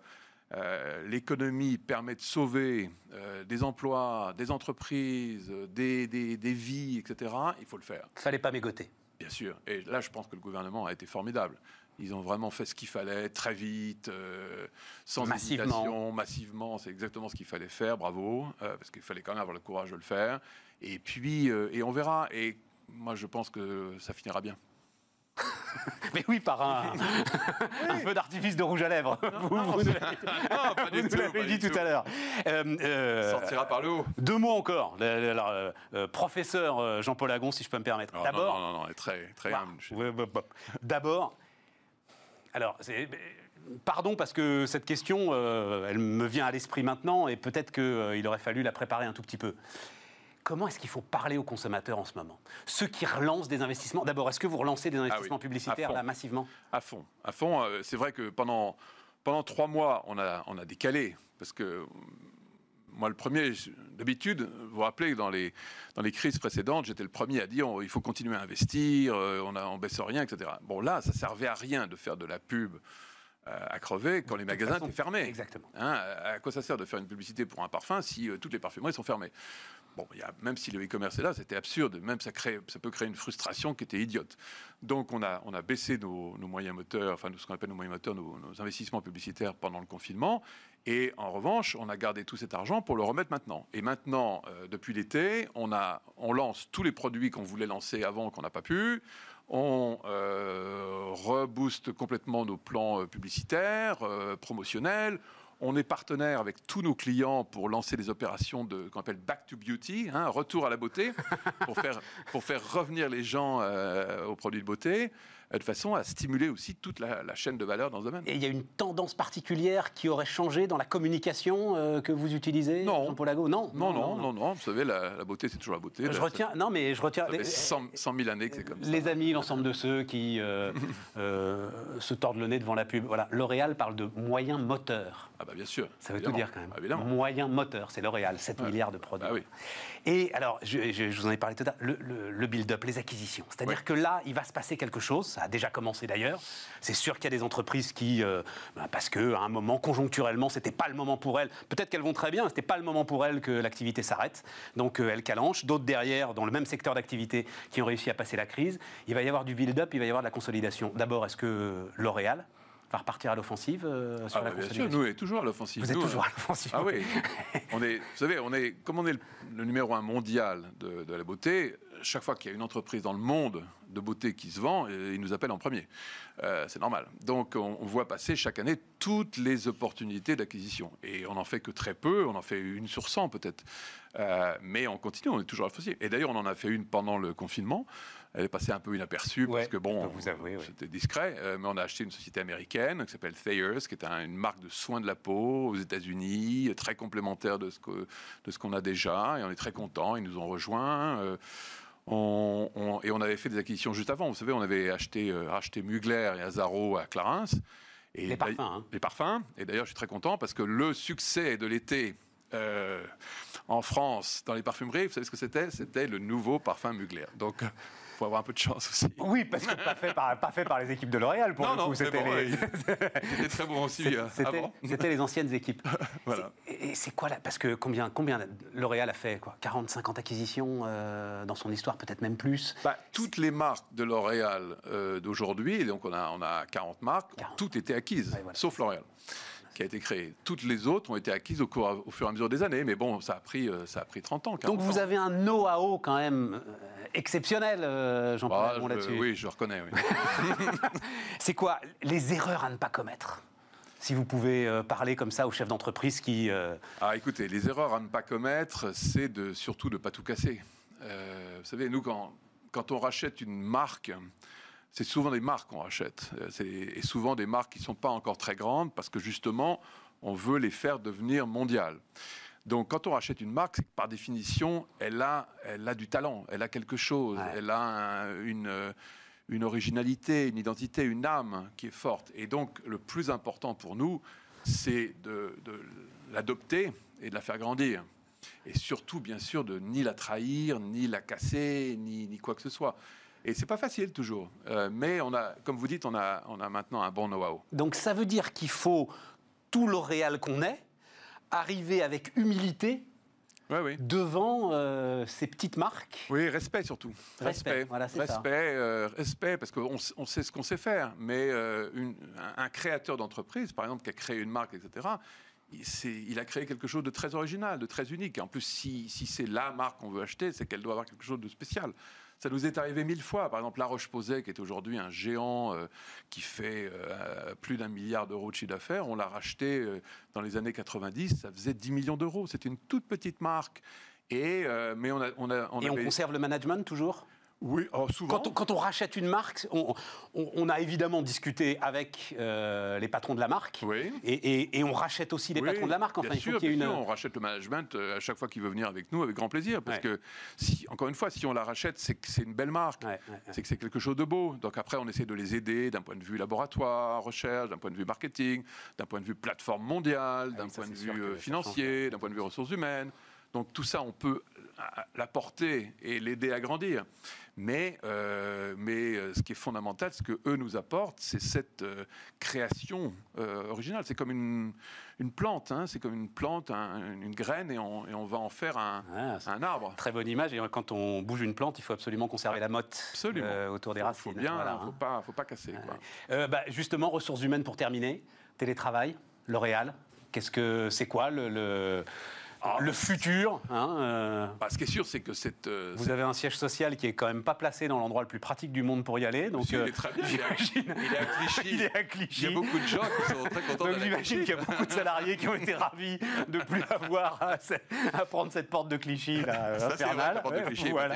l'économie permet de sauver des emplois, des entreprises, des vies, etc., il faut le faire. Il ne fallait pas mégoter. Bien sûr. Et là, je pense que le gouvernement a été formidable. Ils ont vraiment fait ce qu'il fallait, très vite, sans hésitation, massivement. C'est exactement ce qu'il fallait faire, bravo, parce qu'il fallait quand même avoir le courage de le faire. Et puis, et on verra. Et moi, je pense que ça finira bien. Mais oui, par un feu d'artifice de rouge à lèvres. Vous l'avez dit tout à l'heure. Sortira par le haut. 2 mots encore. Professeur Jean-Paul Agon, si je peux me permettre. Oh, d'abord, non, très humble. D'abord, alors, pardon parce que cette question, elle me vient à l'esprit maintenant et peut-être qu'il aurait fallu la préparer un tout petit peu. Comment est-ce qu'il faut parler aux consommateurs en ce moment? Ceux qui relancent des investissements. D'abord, est-ce que vous relancez des investissements publicitaires là, massivement? À fond. C'est vrai que pendant 3 mois, on a décalé. Parce que moi, le premier, d'habitude, vous vous rappelez, dans les crises précédentes, j'étais le premier à dire il faut continuer à investir, on ne baisse rien, etc. Bon, là, ça ne servait à rien de faire de la pub à crever quand les magasins étaient fermés. Exactement. À quoi ça sert de faire une publicité pour un parfum si toutes les parfumeries sont fermées? Bon, même si le e-commerce est là, c'était absurde. Même ça peut créer une frustration qui était idiote. Donc, on a baissé nos moyens moteurs, enfin, ce qu'on appelle nos moyens moteurs, nos investissements publicitaires pendant le confinement. Et en revanche, on a gardé tout cet argent pour le remettre maintenant. Et maintenant, depuis l'été, on lance tous les produits qu'on voulait lancer avant qu'on n'a pas pu. On rebooste complètement nos plans publicitaires, promotionnels. On est partenaire avec tous nos clients pour lancer des opérations qu'on appelle Back to Beauty, retour à la beauté, pour faire revenir les gens aux produits de beauté, de façon à stimuler aussi toute la chaîne de valeur dans ce domaine. Et il y a une tendance particulière qui aurait changé dans la communication que vous utilisez, Jean-Paul Agon? Non. Vous savez, la beauté, c'est toujours la beauté. Je retiens. Ça fait 100 000 années que c'est comme ça. Les amis, l'ensemble de ceux qui se tordent le nez devant la pub. Voilà, L'Oréal parle de moyens moteurs. Ah bah bien sûr. Ça veut tout dire quand même. Évidemment. Moyens moteurs, c'est L'Oréal, 7 milliards de produits. Ah oui. Et alors, je vous en ai parlé tout à l'heure, le build-up, les acquisitions. C'est-à-dire que là, il va se passer quelque chose. Ça a déjà commencé d'ailleurs. C'est sûr qu'il y a des entreprises qui, parce qu'à un moment, conjoncturellement, c'était pas le moment pour elles. Peut-être qu'elles vont très bien, c'était pas le moment pour elles que l'activité s'arrête. Donc elles calanchent. D'autres derrière, dans le même secteur d'activité, qui ont réussi à passer la crise. Il va y avoir du build-up, il va y avoir de la consolidation. D'abord, est-ce que L'Oréal va repartir à l'offensive sur la consolidation? Bien sûr, nous, on est toujours à l'offensive. Vous êtes toujours à l'offensive. Ah oui. Vous savez, comme on est le numéro 1 mondial de la beauté, chaque fois qu'il y a une entreprise dans le monde de beauté qui se vend, ils nous appellent en premier. C'est normal. Donc, on voit passer chaque année toutes les opportunités d'acquisition. Et on n'en fait que très peu, on en fait 1 sur 100 peut-être. Mais on continue, on est toujours à l'offensive. Et d'ailleurs, on en a fait une pendant le confinement. Elle est passée un peu inaperçue parce que bon, vous avouer, c'était discret. Mais on a acheté une société américaine qui s'appelle Thayers, qui est une marque de soins de la peau aux États-Unis, très complémentaire de ce qu'on a déjà. Et on est très contents. Ils nous ont rejoints. Et on avait fait des acquisitions juste avant. Vous savez, on avait racheté Mugler et Azzaro à Clarins. Et les parfums. Hein. Les parfums. Et d'ailleurs, je suis très content parce que le succès de l'été en France dans les parfumeries, vous savez ce que c'était ? C'était le nouveau parfum Mugler. Donc, il faut avoir un peu de chance aussi. Oui, parce que pas fait par les équipes de L'Oréal pour le coup. C'était très bon aussi avant. C'était les anciennes équipes. Voilà. Et c'est quoi là ? Parce que combien L'Oréal a fait 40, 50 acquisitions dans son histoire, peut-être même plus. Toutes les marques de L'Oréal d'aujourd'hui, donc on a 40 marques, toutes étaient acquises, sauf L'Oréal, qui a été créé. Toutes les autres ont été acquises au fur et à mesure des années, mais bon, ça a pris 30 ans. Donc vous avez un know-how quand même exceptionnel, Jean-Paul Lagong, là-dessus. Oui, je reconnais. Oui. C'est quoi les erreurs à ne pas commettre ? Si vous pouvez parler comme ça aux chefs d'entreprise qui... écoutez, les erreurs à ne pas commettre, c'est surtout de ne pas tout casser. Vous savez, nous, quand on rachète une marque... C'est souvent des marques qu'on rachète, et souvent des marques qui ne sont pas encore très grandes, parce que justement, on veut les faire devenir mondiales. Donc, quand on rachète une marque, c'est que par définition, elle a du talent, elle a quelque chose, elle a une originalité, une identité, une âme qui est forte. Et donc, le plus important pour nous, c'est de l'adopter et de la faire grandir. Et surtout, bien sûr, de ni la trahir, ni la casser, ni quoi que ce soit. Et c'est pas facile toujours, mais comme vous dites, on a maintenant un bon know-how. Donc ça veut dire qu'il faut tout L'Oréal qu'on est, arriver avec humilité devant ces petites marques. Oui, respect surtout. Respect. Voilà, c'est respect, parce qu'on sait ce qu'on sait faire. Mais un créateur d'entreprise, par exemple, qui a créé une marque, etc., il a créé quelque chose de très original, de très unique. Et en plus, si c'est la marque qu'on veut acheter, c'est qu'elle doit avoir quelque chose de spécial. Ça nous est arrivé 1000 fois. Par exemple, La Roche-Posay, qui est aujourd'hui un géant qui fait plus d'1 milliard d'euros de chiffre d'affaires, on l'a racheté dans les années 90, ça faisait 10 millions d'euros. C'était une toute petite marque. Mais on conserve le management toujours ? Oui, souvent. Quand on rachète une marque, on a évidemment discuté avec les patrons de la marque, et on rachète aussi les patrons de la marque. Enfin, bien sûr, on rachète le management à chaque fois qu'il veut venir avec nous, avec grand plaisir. Parce que, encore une fois, si on la rachète, c'est que c'est une belle marque, c'est que c'est quelque chose de beau. Donc après, on essaie de les aider d'un point de vue laboratoire, recherche, d'un point de vue marketing, d'un point de vue plateforme mondiale, d'un point de vue financier, d'un point de vue ressources humaines. Donc tout ça, on peut l'apporter et l'aider à grandir. Mais ce qui est fondamental, ce qu'eux nous apportent, c'est cette création originale. C'est comme une plante, c'est comme une plante, une graine, et on va en faire un arbre. Très bonne image. Et quand on bouge une plante, il faut absolument conserver la motte autour des racines. Il ne faut pas casser. Justement, ressources humaines pour terminer. Télétravail, L'Oréal. C'est quoi le futur, ce qui est sûr, c'est que vous avez un siège social qui est quand même pas placé dans l'endroit le plus pratique du monde pour y aller. Donc, il est très bien. Il est à Clichy. Il y a beaucoup de gens qui sont très contents. Donc j'imagine qu'il y a beaucoup de salariés qui ont été ravis de ne plus avoir à prendre cette porte de Clichy là, infernale. La porte de Clichy, voilà,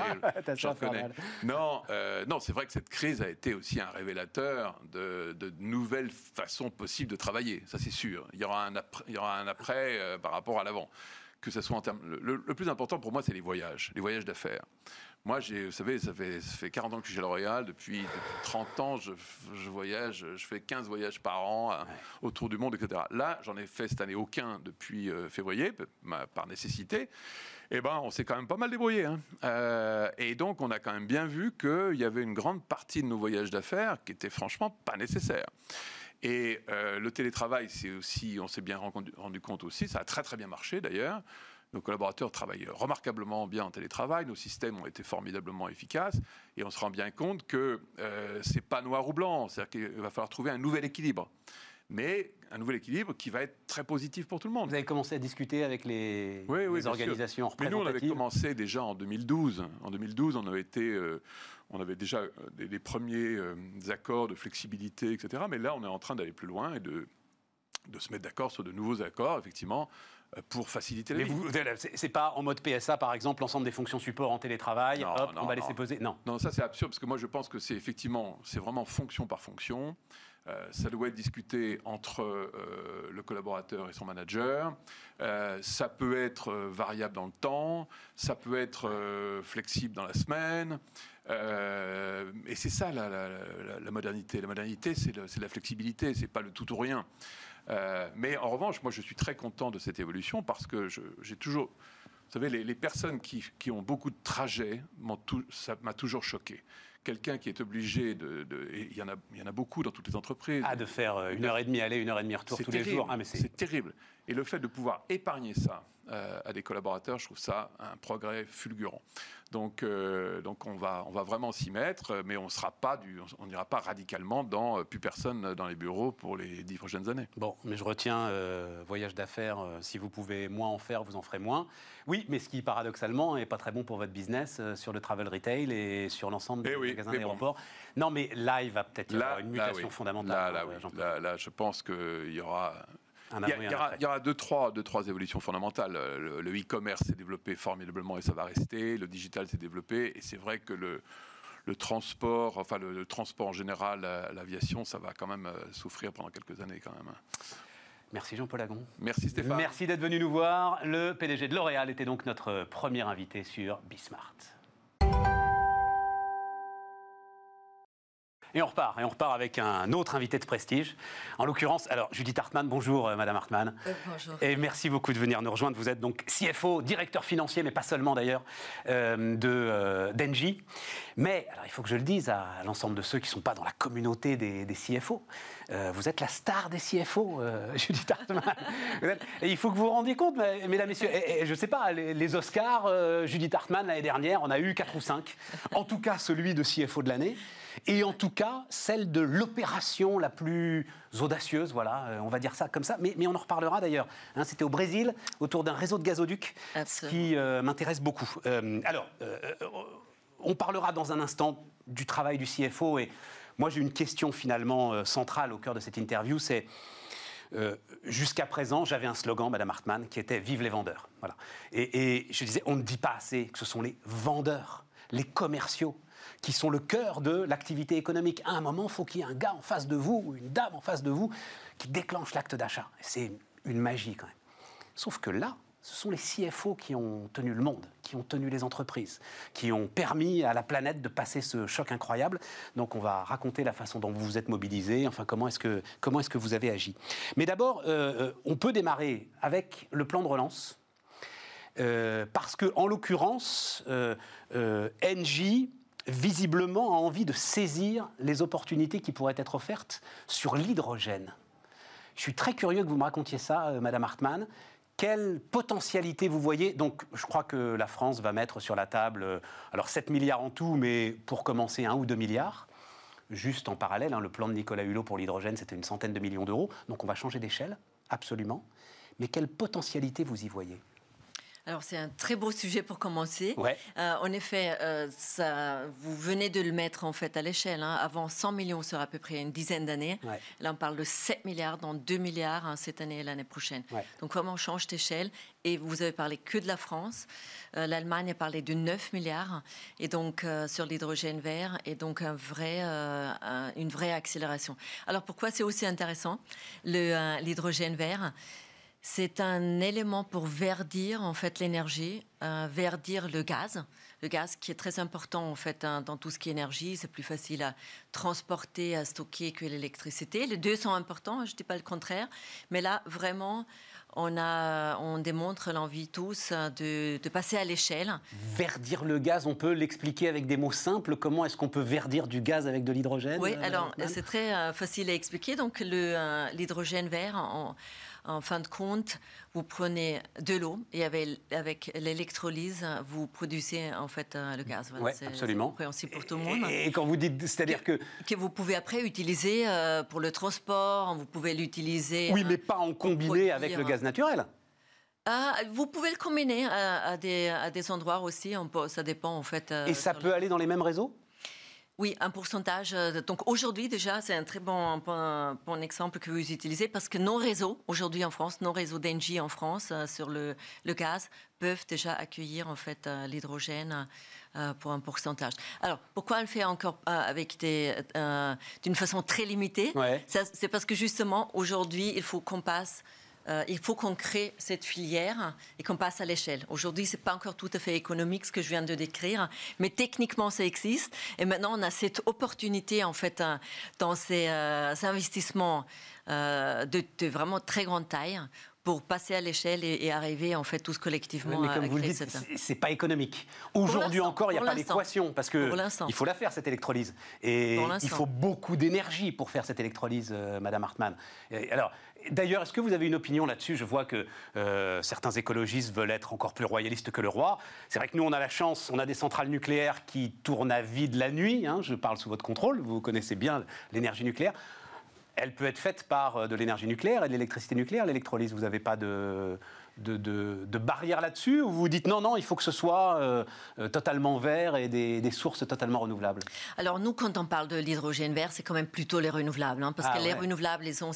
Non, c'est vrai que cette crise a été aussi un révélateur de nouvelles façons possibles de travailler. Ça, c'est sûr. Il y aura un après par rapport à l'avant. Que ce soit en termes... Le plus important pour moi, c'est les voyages d'affaires. Moi, vous savez, ça fait 40 ans que je suis chez L'Oréal. Depuis 30 ans, je voyage. Je fais 15 voyages par an autour du monde, etc. Là, j'en ai fait cette année aucun depuis février, par nécessité. On s'est quand même pas mal débrouillé. Et donc, on a quand même bien vu qu'il y avait une grande partie de nos voyages d'affaires qui était franchement pas nécessaire. Et le télétravail, on s'est bien rendu compte aussi, ça a très très bien marché d'ailleurs. Nos collaborateurs travaillent remarquablement bien en télétravail, nos systèmes ont été formidablement efficaces, et on se rend bien compte que c'est pas noir ou blanc, c'est-à-dire qu'il va falloir trouver un nouvel équilibre. Mais un nouvel équilibre qui va être très positif pour tout le monde. Vous avez commencé à discuter avec les organisations représentatives. Mais nous, on avait commencé déjà en 2012. En 2012, on avait déjà des premiers accords de flexibilité, etc. Mais là, on est en train d'aller plus loin et de se mettre d'accord sur de nouveaux accords, effectivement, pour faciliter la vie. C'est pas en mode PSA, par exemple, l'ensemble des fonctions support en télétravail, Non, hop, non, on va non. laisser peser. Non. Non, ça c'est absurde, parce que moi je pense que c'est vraiment fonction par fonction. Ça doit être discuté entre le collaborateur et son manager. Ça peut être variable dans le temps. Ça peut être flexible dans la semaine. Et c'est ça la modernité. La modernité, c'est la flexibilité. C'est pas le tout ou rien. Mais en revanche, moi je suis très content de cette évolution parce que j'ai toujours... Vous savez, les personnes qui ont beaucoup de trajets, ça m'a toujours choqué. Quelqu'un qui est obligé et il y en a beaucoup dans toutes les entreprises. Ah, de faire 1h30 aller, 1h30 retour tous les jours. Ah, mais c'est terrible. Et le fait de pouvoir épargner ça à des collaborateurs, je trouve ça un progrès fulgurant. Donc on va vraiment s'y mettre, mais on n'ira pas radicalement dans plus personne dans les bureaux pour les 10 prochaines années. Bon, mais je retiens voyage d'affaires, si vous pouvez moins en faire, vous en ferez moins. Oui, mais ce qui paradoxalement n'est pas très bon pour votre business sur le travel retail et sur l'ensemble des magasins d'aéroports. Non, mais là, il va peut-être y avoir une mutation fondamentale. Là, je pense qu'il y aura... Il y aura deux, trois évolutions fondamentales. Le e-commerce s'est développé formidablement et ça va rester. Le digital s'est développé et c'est vrai que le transport, enfin le transport en général, l'aviation, ça va quand même souffrir pendant quelques années quand même. Merci Jean-Paul Agon. Merci Stéphane. Merci d'être venu nous voir. Le PDG de L'Oréal était donc notre premier invité sur Bismart. Et on repart avec un autre invité de prestige. En l'occurrence, alors Judith Hartmann, bonjour Madame Hartmann. Bonjour. Et merci beaucoup de venir nous rejoindre. Vous êtes donc CFO, directeur financier, mais pas seulement d'ailleurs, d'Engie. Mais, alors il faut que je le dise à l'ensemble de ceux qui ne sont pas dans la communauté des CFO, vous êtes la star des CFO, Judith Hartmann. Et il faut que vous vous rendiez compte, mesdames, messieurs, et je ne sais pas, les Oscars, Judith Hartmann l'année dernière, on a eu 4 ou 5. En tout cas, celui de CFO de l'année. Et en tout cas, celle de l'opération la plus audacieuse, voilà, on va dire ça comme ça. Mais on en reparlera d'ailleurs. Hein, c'était au Brésil, autour d'un réseau de gazoducs, ce qui m'intéresse beaucoup. On parlera dans un instant du travail du CFO. Et moi, j'ai une question finalement centrale au cœur de cette interview, c'est... jusqu'à présent, j'avais un slogan, Madame Hartmann, qui était « Vive les vendeurs ». Voilà. Et je disais, on ne dit pas assez que ce sont les vendeurs, les commerciaux, qui sont le cœur de l'activité économique. À un moment, il faut qu'il y ait un gars en face de vous, ou une dame en face de vous, qui déclenche l'acte d'achat. C'est une magie quand même. Sauf que là, ce sont les CFO qui ont tenu le monde, qui ont tenu les entreprises, qui ont permis à la planète de passer ce choc incroyable. Donc on va raconter la façon dont vous vous êtes mobilisés, enfin comment est-ce que vous avez agi. Mais d'abord, on peut démarrer avec le plan de relance, parce que en l'occurrence, Engie visiblement a envie de saisir les opportunités qui pourraient être offertes sur l'hydrogène. Je suis très curieux que vous me racontiez ça, Madame Hartmann. Quelle potentialité vous voyez? Donc, je crois que la France va mettre sur la table, alors 7 milliards en tout, mais pour commencer 1 ou 2 milliards. Juste en parallèle, hein, le plan de Nicolas Hulot pour l'hydrogène, c'était une centaine de millions d'euros. Donc, on va changer d'échelle, absolument. Mais quelle potentialité vous y voyez? Alors, c'est un très beau sujet pour commencer. Ouais. En effet, vous venez de le mettre en fait à l'échelle. Hein. Avant, 100 millions sur à peu près une dizaine d'années. Ouais. Là, on parle de 7 milliards, dans 2 milliards hein, cette année et l'année prochaine. Ouais. Donc, vraiment, on change d'échelle. Et vous avez parlé que de la France. L'Allemagne a parlé de 9 milliards. Et donc, sur l'hydrogène vert. Et donc, une vraie accélération. Alors, pourquoi c'est aussi intéressant, l'hydrogène vert? C'est un élément pour verdir en fait l'énergie, verdir le gaz qui est très important en fait hein, dans tout ce qui est énergie. C'est plus facile à transporter, à stocker que l'électricité. Les deux sont importants, je ne dis pas le contraire, mais là vraiment on démontre l'envie tous de passer à l'échelle. Verdir le gaz, on peut l'expliquer avec des mots simples. Comment est-ce qu'on peut verdir du gaz avec de l'hydrogène? Oui, alors c'est très facile à expliquer. Donc l'hydrogène vert en fin de compte, vous prenez de l'eau et avec l'électrolyse, vous produisez en fait le gaz. Voilà, oui, absolument. C'est compréhensible pour tout le monde. Et quand vous dites, c'est-à-dire que vous pouvez après utiliser pour le transport, vous pouvez l'utiliser... Oui, mais pas en combiné avec le gaz naturel. Vous pouvez le combiner à des endroits aussi, ça dépend en fait... Et ça peut aller dans les mêmes réseaux ? Oui, un pourcentage. Donc aujourd'hui déjà, c'est un très bon exemple que vous utilisez parce que nos réseaux, aujourd'hui en France, nos réseaux d'Engie en France sur le gaz peuvent déjà accueillir en fait l'hydrogène pour un pourcentage. Alors pourquoi on le fait encore avec d'une façon très limitée? C'est parce que justement aujourd'hui, il faut qu'on crée cette filière et qu'on passe à l'échelle. Aujourd'hui, ce n'est pas encore tout à fait économique ce que je viens de décrire, mais techniquement, ça existe. Et maintenant, on a cette opportunité, en fait, dans ces investissements de vraiment très grande taille pour passer à l'échelle et arriver en fait tous collectivement à comme vous le dites, c'est pas économique. Aujourd'hui encore, il n'y a pas d'équation parce que il faut la faire cette électrolyse et il faut beaucoup d'énergie pour faire cette électrolyse, Madame Hartmann. Alors, d'ailleurs, est-ce que vous avez une opinion là-dessus? Je vois que certains écologistes veulent être encore plus royalistes que le roi. C'est vrai que nous, on a la chance, on a des centrales nucléaires qui tournent à vide la nuit. Hein, je parle sous votre contrôle. Vous connaissez bien l'énergie nucléaire. Elle peut être faite par de l'énergie nucléaire et de l'électricité nucléaire, l'électrolyse. Vous n'avez pas de barrière là-dessus ou vous dites non, il faut que ce soit totalement vert et des sources totalement renouvelables? Alors nous, quand on parle de l'hydrogène vert, c'est quand même plutôt les renouvelables. Hein, parce que les renouvelables, ils sont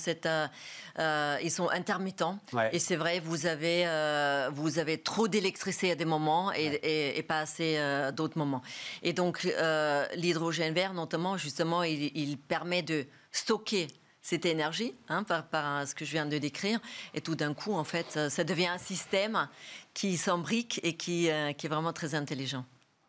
intermittents. Ouais. Et c'est vrai, vous avez trop d'électricité à des moments et pas assez d'autres moments. Et donc l'hydrogène vert, notamment, justement, il permet de stocker cette énergie, hein, par ce que je viens de décrire, et tout d'un coup, en fait, ça devient un système qui s'embrique et qui est vraiment très intelligent.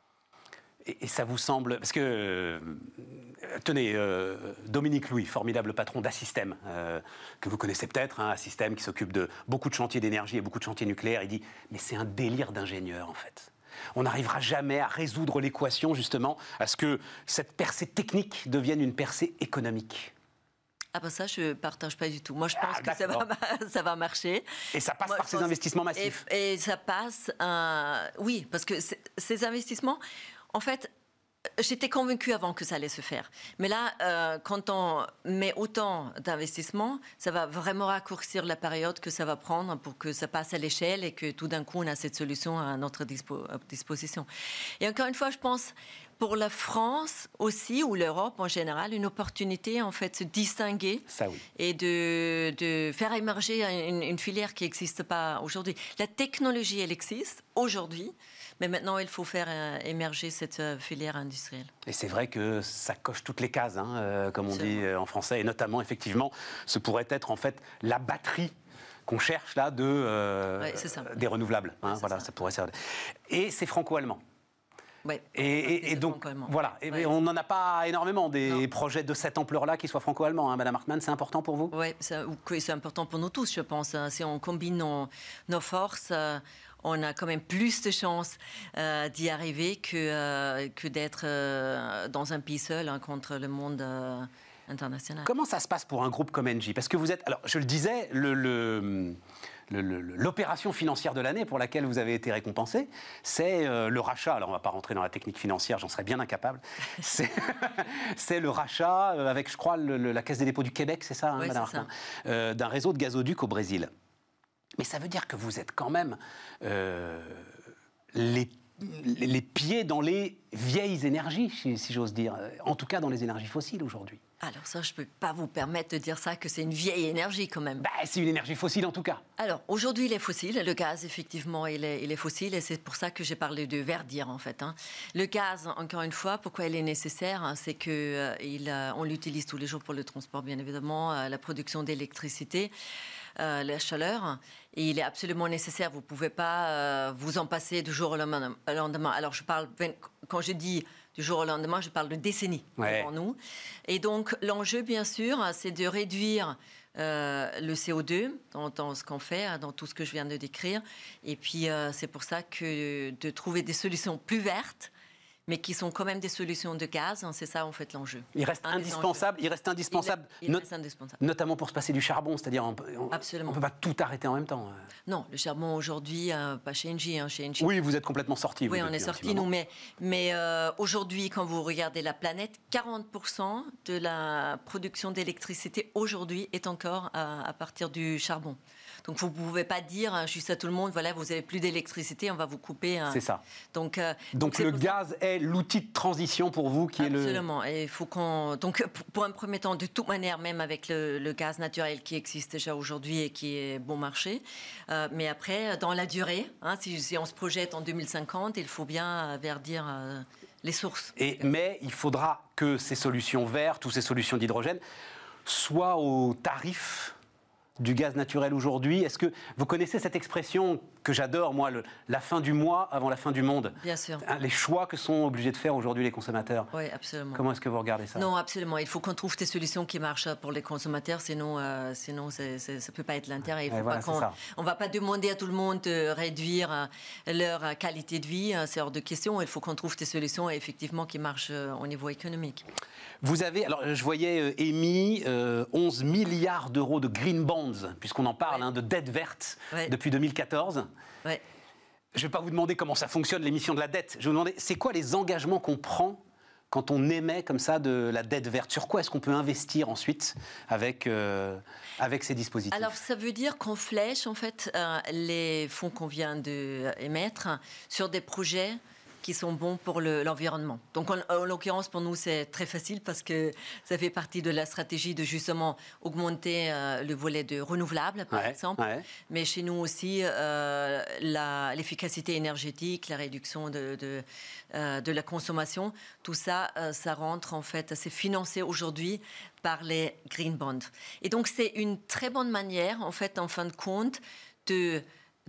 Et ça vous semble... Parce que, tenez, Dominique Louis, formidable patron d'Assystem, que vous connaissez peut-être, hein, Assystem qui s'occupe de beaucoup de chantiers d'énergie et beaucoup de chantiers nucléaires, il dit « Mais c'est un délire d'ingénieur, en fait ». On n'arrivera jamais à résoudre l'équation, justement, à ce que cette percée technique devienne une percée économique. Ah ben ça, je ne partage pas du tout. Moi, je pense que ça va marcher. Et ça passe par ces investissements massifs. Et ça passe... oui, parce que ces investissements, en fait... J'étais convaincue avant que ça allait se faire. Mais là, quand on met autant d'investissements, ça va vraiment raccourcir la période que ça va prendre pour que ça passe à l'échelle et que tout d'un coup, on a cette solution à notre disposition. Et encore une fois, je pense, pour la France aussi, ou l'Europe en général, une opportunité, en fait, de se distinguer et de faire émerger une filière qui n'existe pas aujourd'hui. La technologie, elle existe aujourd'hui. Mais maintenant, il faut faire émerger cette filière industrielle. Et c'est vrai que ça coche toutes les cases, hein, comme on dit en français. Et notamment, effectivement, ce pourrait être en fait la batterie qu'on cherche là des renouvelables. Hein, voilà, ça pourrait servir. Et c'est franco-allemand. Ouais, et donc, voilà. Et on n'en a pas énormément des projets de cette ampleur-là qui soient franco-allemands. Hein. Madame Hartmann, c'est important pour vous? Oui, c'est important pour nous tous, je pense. Si on combine nos forces... on a quand même plus de chances d'y arriver que d'être dans un pays seul contre le monde international. Comment ça se passe pour un groupe comme Engie? Parce que vous êtes, alors je le disais, l'opération financière de l'année pour laquelle vous avez été récompensé, c'est le rachat. Alors on ne va pas rentrer dans la technique financière, j'en serais bien incapable. C'est le rachat avec, je crois, la Caisse des dépôts du Québec, c'est ça, hein, Madame Hartmann, d'un réseau de gazoducs au Brésil. Mais ça veut dire que vous êtes quand même les pieds dans les vieilles énergies, si j'ose dire. En tout cas, dans les énergies fossiles aujourd'hui. Alors ça, je ne peux pas vous permettre de dire ça, que c'est une vieille énergie quand même. C'est une énergie fossile en tout cas. Alors aujourd'hui, il est fossile. Le gaz, effectivement, il est fossile. Et c'est pour ça que j'ai parlé de verdir, en fait. Hein. Le gaz, encore une fois, pourquoi il est nécessaire, hein, c'est qu'on l'utilise tous les jours pour le transport, bien évidemment, la production d'électricité. La chaleur, et il est absolument nécessaire. Vous ne pouvez pas vous en passer du jour au lendemain. Alors, quand je dis du jour au lendemain, je parle de décennies pour nous. Et donc, l'enjeu, bien sûr, c'est de réduire le CO2 dans ce qu'on fait, dans tout ce que je viens de décrire. Et puis, c'est pour ça que de trouver des solutions plus vertes, mais qui sont quand même des solutions de gaz, hein, c'est ça en fait l'enjeu. Il reste indispensable, notamment pour se passer du charbon, c'est-à-dire on ne peut pas tout arrêter en même temps. Non, le charbon aujourd'hui, pas chez Engie. Hein, oui, vous êtes complètement sortis. Oui, on est sortis, nous, mais aujourd'hui, quand vous regardez la planète, 40% de la production d'électricité aujourd'hui est encore à partir du charbon. Donc vous ne pouvez pas dire juste à tout le monde, voilà, vous n'avez plus d'électricité, on va vous couper. C'est ça. Donc le gaz est l'outil de transition pour vous qui Absolument. Et il faut donc pour un premier temps, de toute manière, même avec le gaz naturel qui existe déjà aujourd'hui et qui est bon marché, mais après, dans la durée, si on se projette en 2050, il faut bien verdir les sources. Mais il faudra que ces solutions vertes ou ces solutions d'hydrogène soient au tarif du gaz naturel aujourd'hui. Est-ce que vous connaissez cette expression que j'adore, moi, la fin du mois avant la fin du monde? Bien sûr. Les choix que sont obligés de faire aujourd'hui les consommateurs. Oui, absolument. Comment est-ce que vous regardez ça? Non, absolument. Il faut qu'on trouve des solutions qui marchent pour les consommateurs, sinon ça ne peut pas être l'intérêt. On ne va pas demander à tout le monde de réduire leur qualité de vie, c'est hors de question. Il faut qu'on trouve des solutions effectivement qui marchent au niveau économique. Vous avez, alors je voyais émis 11 milliards d'euros de green bonds, puisqu'on en parle, de dette verte depuis 2014. Ouais. Je ne vais pas vous demander comment ça fonctionne, l'émission de la dette. Je vais vous demander, c'est quoi les engagements qu'on prend quand on émet comme ça de la dette verte? Sur quoi est-ce qu'on peut investir ensuite avec ces dispositifs? Alors, ça veut dire qu'on flèche, en fait, les fonds qu'on vient d'émettre sur des projets qui sont bons pour l'environnement. Donc, en l'occurrence, pour nous, c'est très facile parce que ça fait partie de la stratégie de justement augmenter le volet de renouvelables, par exemple. Ouais. Mais chez nous aussi, l'efficacité énergétique, la réduction de la consommation, tout ça, ça rentre en fait, c'est financé aujourd'hui par les green bonds. Et donc, c'est une très bonne manière, en fait, en fin de compte, de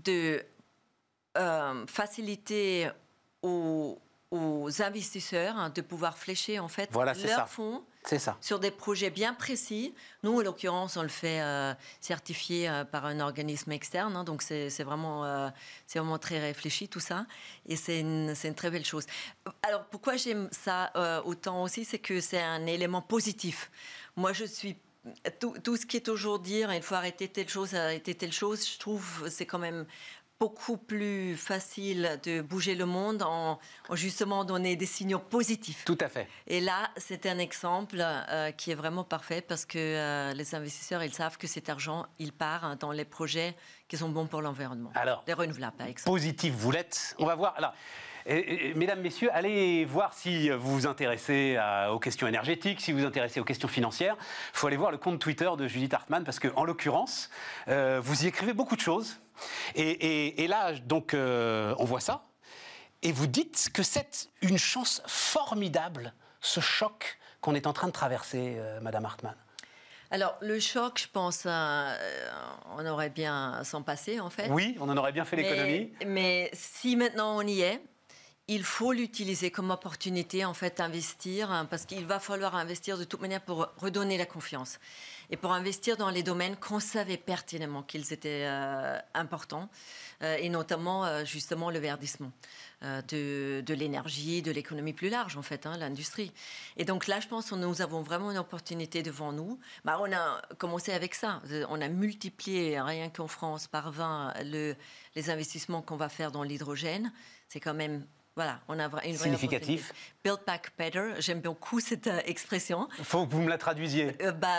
faciliter aux investisseurs de pouvoir flécher en fait leurs fonds sur des projets bien précis. Nous, en l'occurrence, on le fait certifier par un organisme externe, donc c'est vraiment très réfléchi tout ça, et c'est une très belle chose. Alors pourquoi j'aime ça autant aussi, c'est que c'est un élément positif. Moi, je suis tout ce qui est toujours dire il faut arrêter telle chose, je trouve c'est quand même beaucoup plus facile de bouger le monde en justement donner des signaux positifs. Tout à fait. Et là, c'est un exemple qui est vraiment parfait parce que les investisseurs, ils savent que cet argent, il part dans les projets qui sont bons pour l'environnement. Alors, les renouvelables, par exemple. Positif, vous l'êtes. On va voir. Alors, mesdames, messieurs, allez voir si vous vous intéressez aux questions énergétiques, si vous vous intéressez aux questions financières. Il faut aller voir le compte Twitter de Judith Hartmann parce qu'en l'occurrence, vous y écrivez beaucoup de choses. Et là, donc, on voit ça. Et vous dites que c'est une chance formidable, ce choc qu'on est en train de traverser, Madame Hartmann. Alors, le choc, je pense, on aurait bien s'en passer, en fait. Oui, on en aurait bien fait l'économie. Mais si maintenant on y est, il faut l'utiliser comme opportunité, en fait, investir, parce qu'il va falloir investir de toute manière pour redonner la confiance. Et pour investir dans les domaines qu'on savait pertinemment qu'ils étaient importants, et notamment, justement, le verdissement de l'énergie, de l'économie plus large, en fait, l'industrie. Et donc là, je pense que nous avons vraiment une opportunité devant nous. On a commencé avec ça. On a multiplié, rien qu'en France, par 20 les investissements qu'on va faire dans l'hydrogène. C'est quand même... Voilà, on a une vraie significatif. Build back better, j'aime beaucoup cette expression. Il faut que vous me la traduisiez.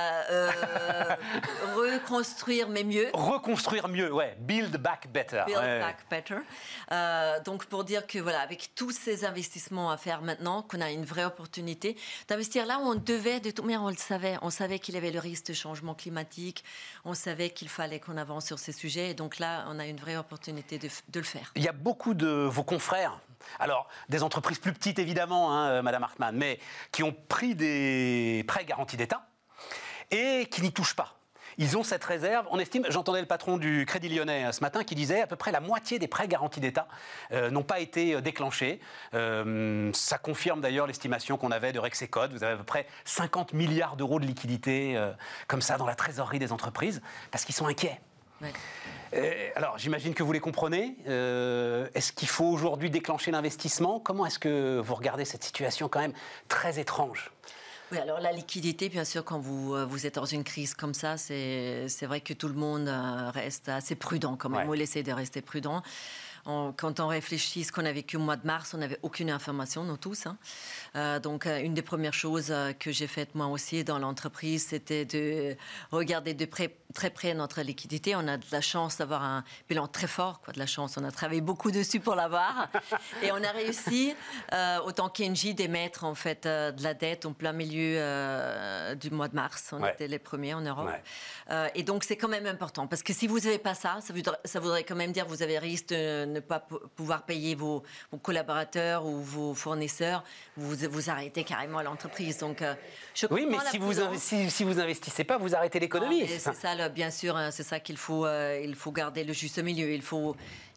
Reconstruire, mais mieux. Reconstruire mieux, ouais. Build back better. Build back better. Donc, pour dire que, voilà, avec tous ces investissements à faire maintenant, qu'on a une vraie opportunité d'investir là où on devait, de toute manière, on le savait. On savait qu'il y avait le risque de changement climatique. On savait qu'il fallait qu'on avance sur ces sujets. Et donc là, on a une vraie opportunité de le faire. Il y a beaucoup de vos confrères, alors des entreprises plus petites évidemment, Madame Hartmann, mais qui ont pris des prêts garantis d'État et qui n'y touchent pas. Ils ont cette réserve. On estime, j'entendais le patron du Crédit Lyonnais ce matin qui disait à peu près la moitié des prêts garantis d'État n'ont pas été déclenchés. Ça confirme d'ailleurs l'estimation qu'on avait de Rexecode. Vous avez à peu près 50 milliards d'euros de liquidités comme ça dans la trésorerie des entreprises parce qu'ils sont inquiets. Ouais. Alors, j'imagine que vous les comprenez. Est-ce qu'il faut aujourd'hui déclencher l'investissement? Comment est-ce que vous regardez cette situation quand même très étrange? Oui, alors la liquidité, bien sûr, quand vous êtes dans une crise comme ça, c'est vrai que tout le monde reste assez prudent quand même. Ouais. On essaie de rester prudent. Quand on réfléchit ce qu'on a vécu au mois de mars, on n'avait aucune information, nous tous. Donc, une des premières choses que j'ai faites moi aussi dans l'entreprise, c'était de regarder très près notre liquidité. On a de la chance d'avoir un bilan très fort, de la chance. On a travaillé beaucoup dessus pour l'avoir. Et on a réussi, autant qu'Engie, d'émettre en fait de la dette en plein milieu du mois de mars. On était les premiers en Europe. Et donc, c'est quand même important. Parce que si vous n'avez pas ça, ça voudrait quand même dire que vous avez risque de ne pas pouvoir payer vos collaborateurs ou vos fournisseurs. Vous arrêtez carrément l'entreprise. Donc, oui, mais si vous investissez pas, vous arrêtez l'économie. C'est ça, bien sûr, hein, c'est ça qu'il faut, il faut garder le juste milieu. Il faut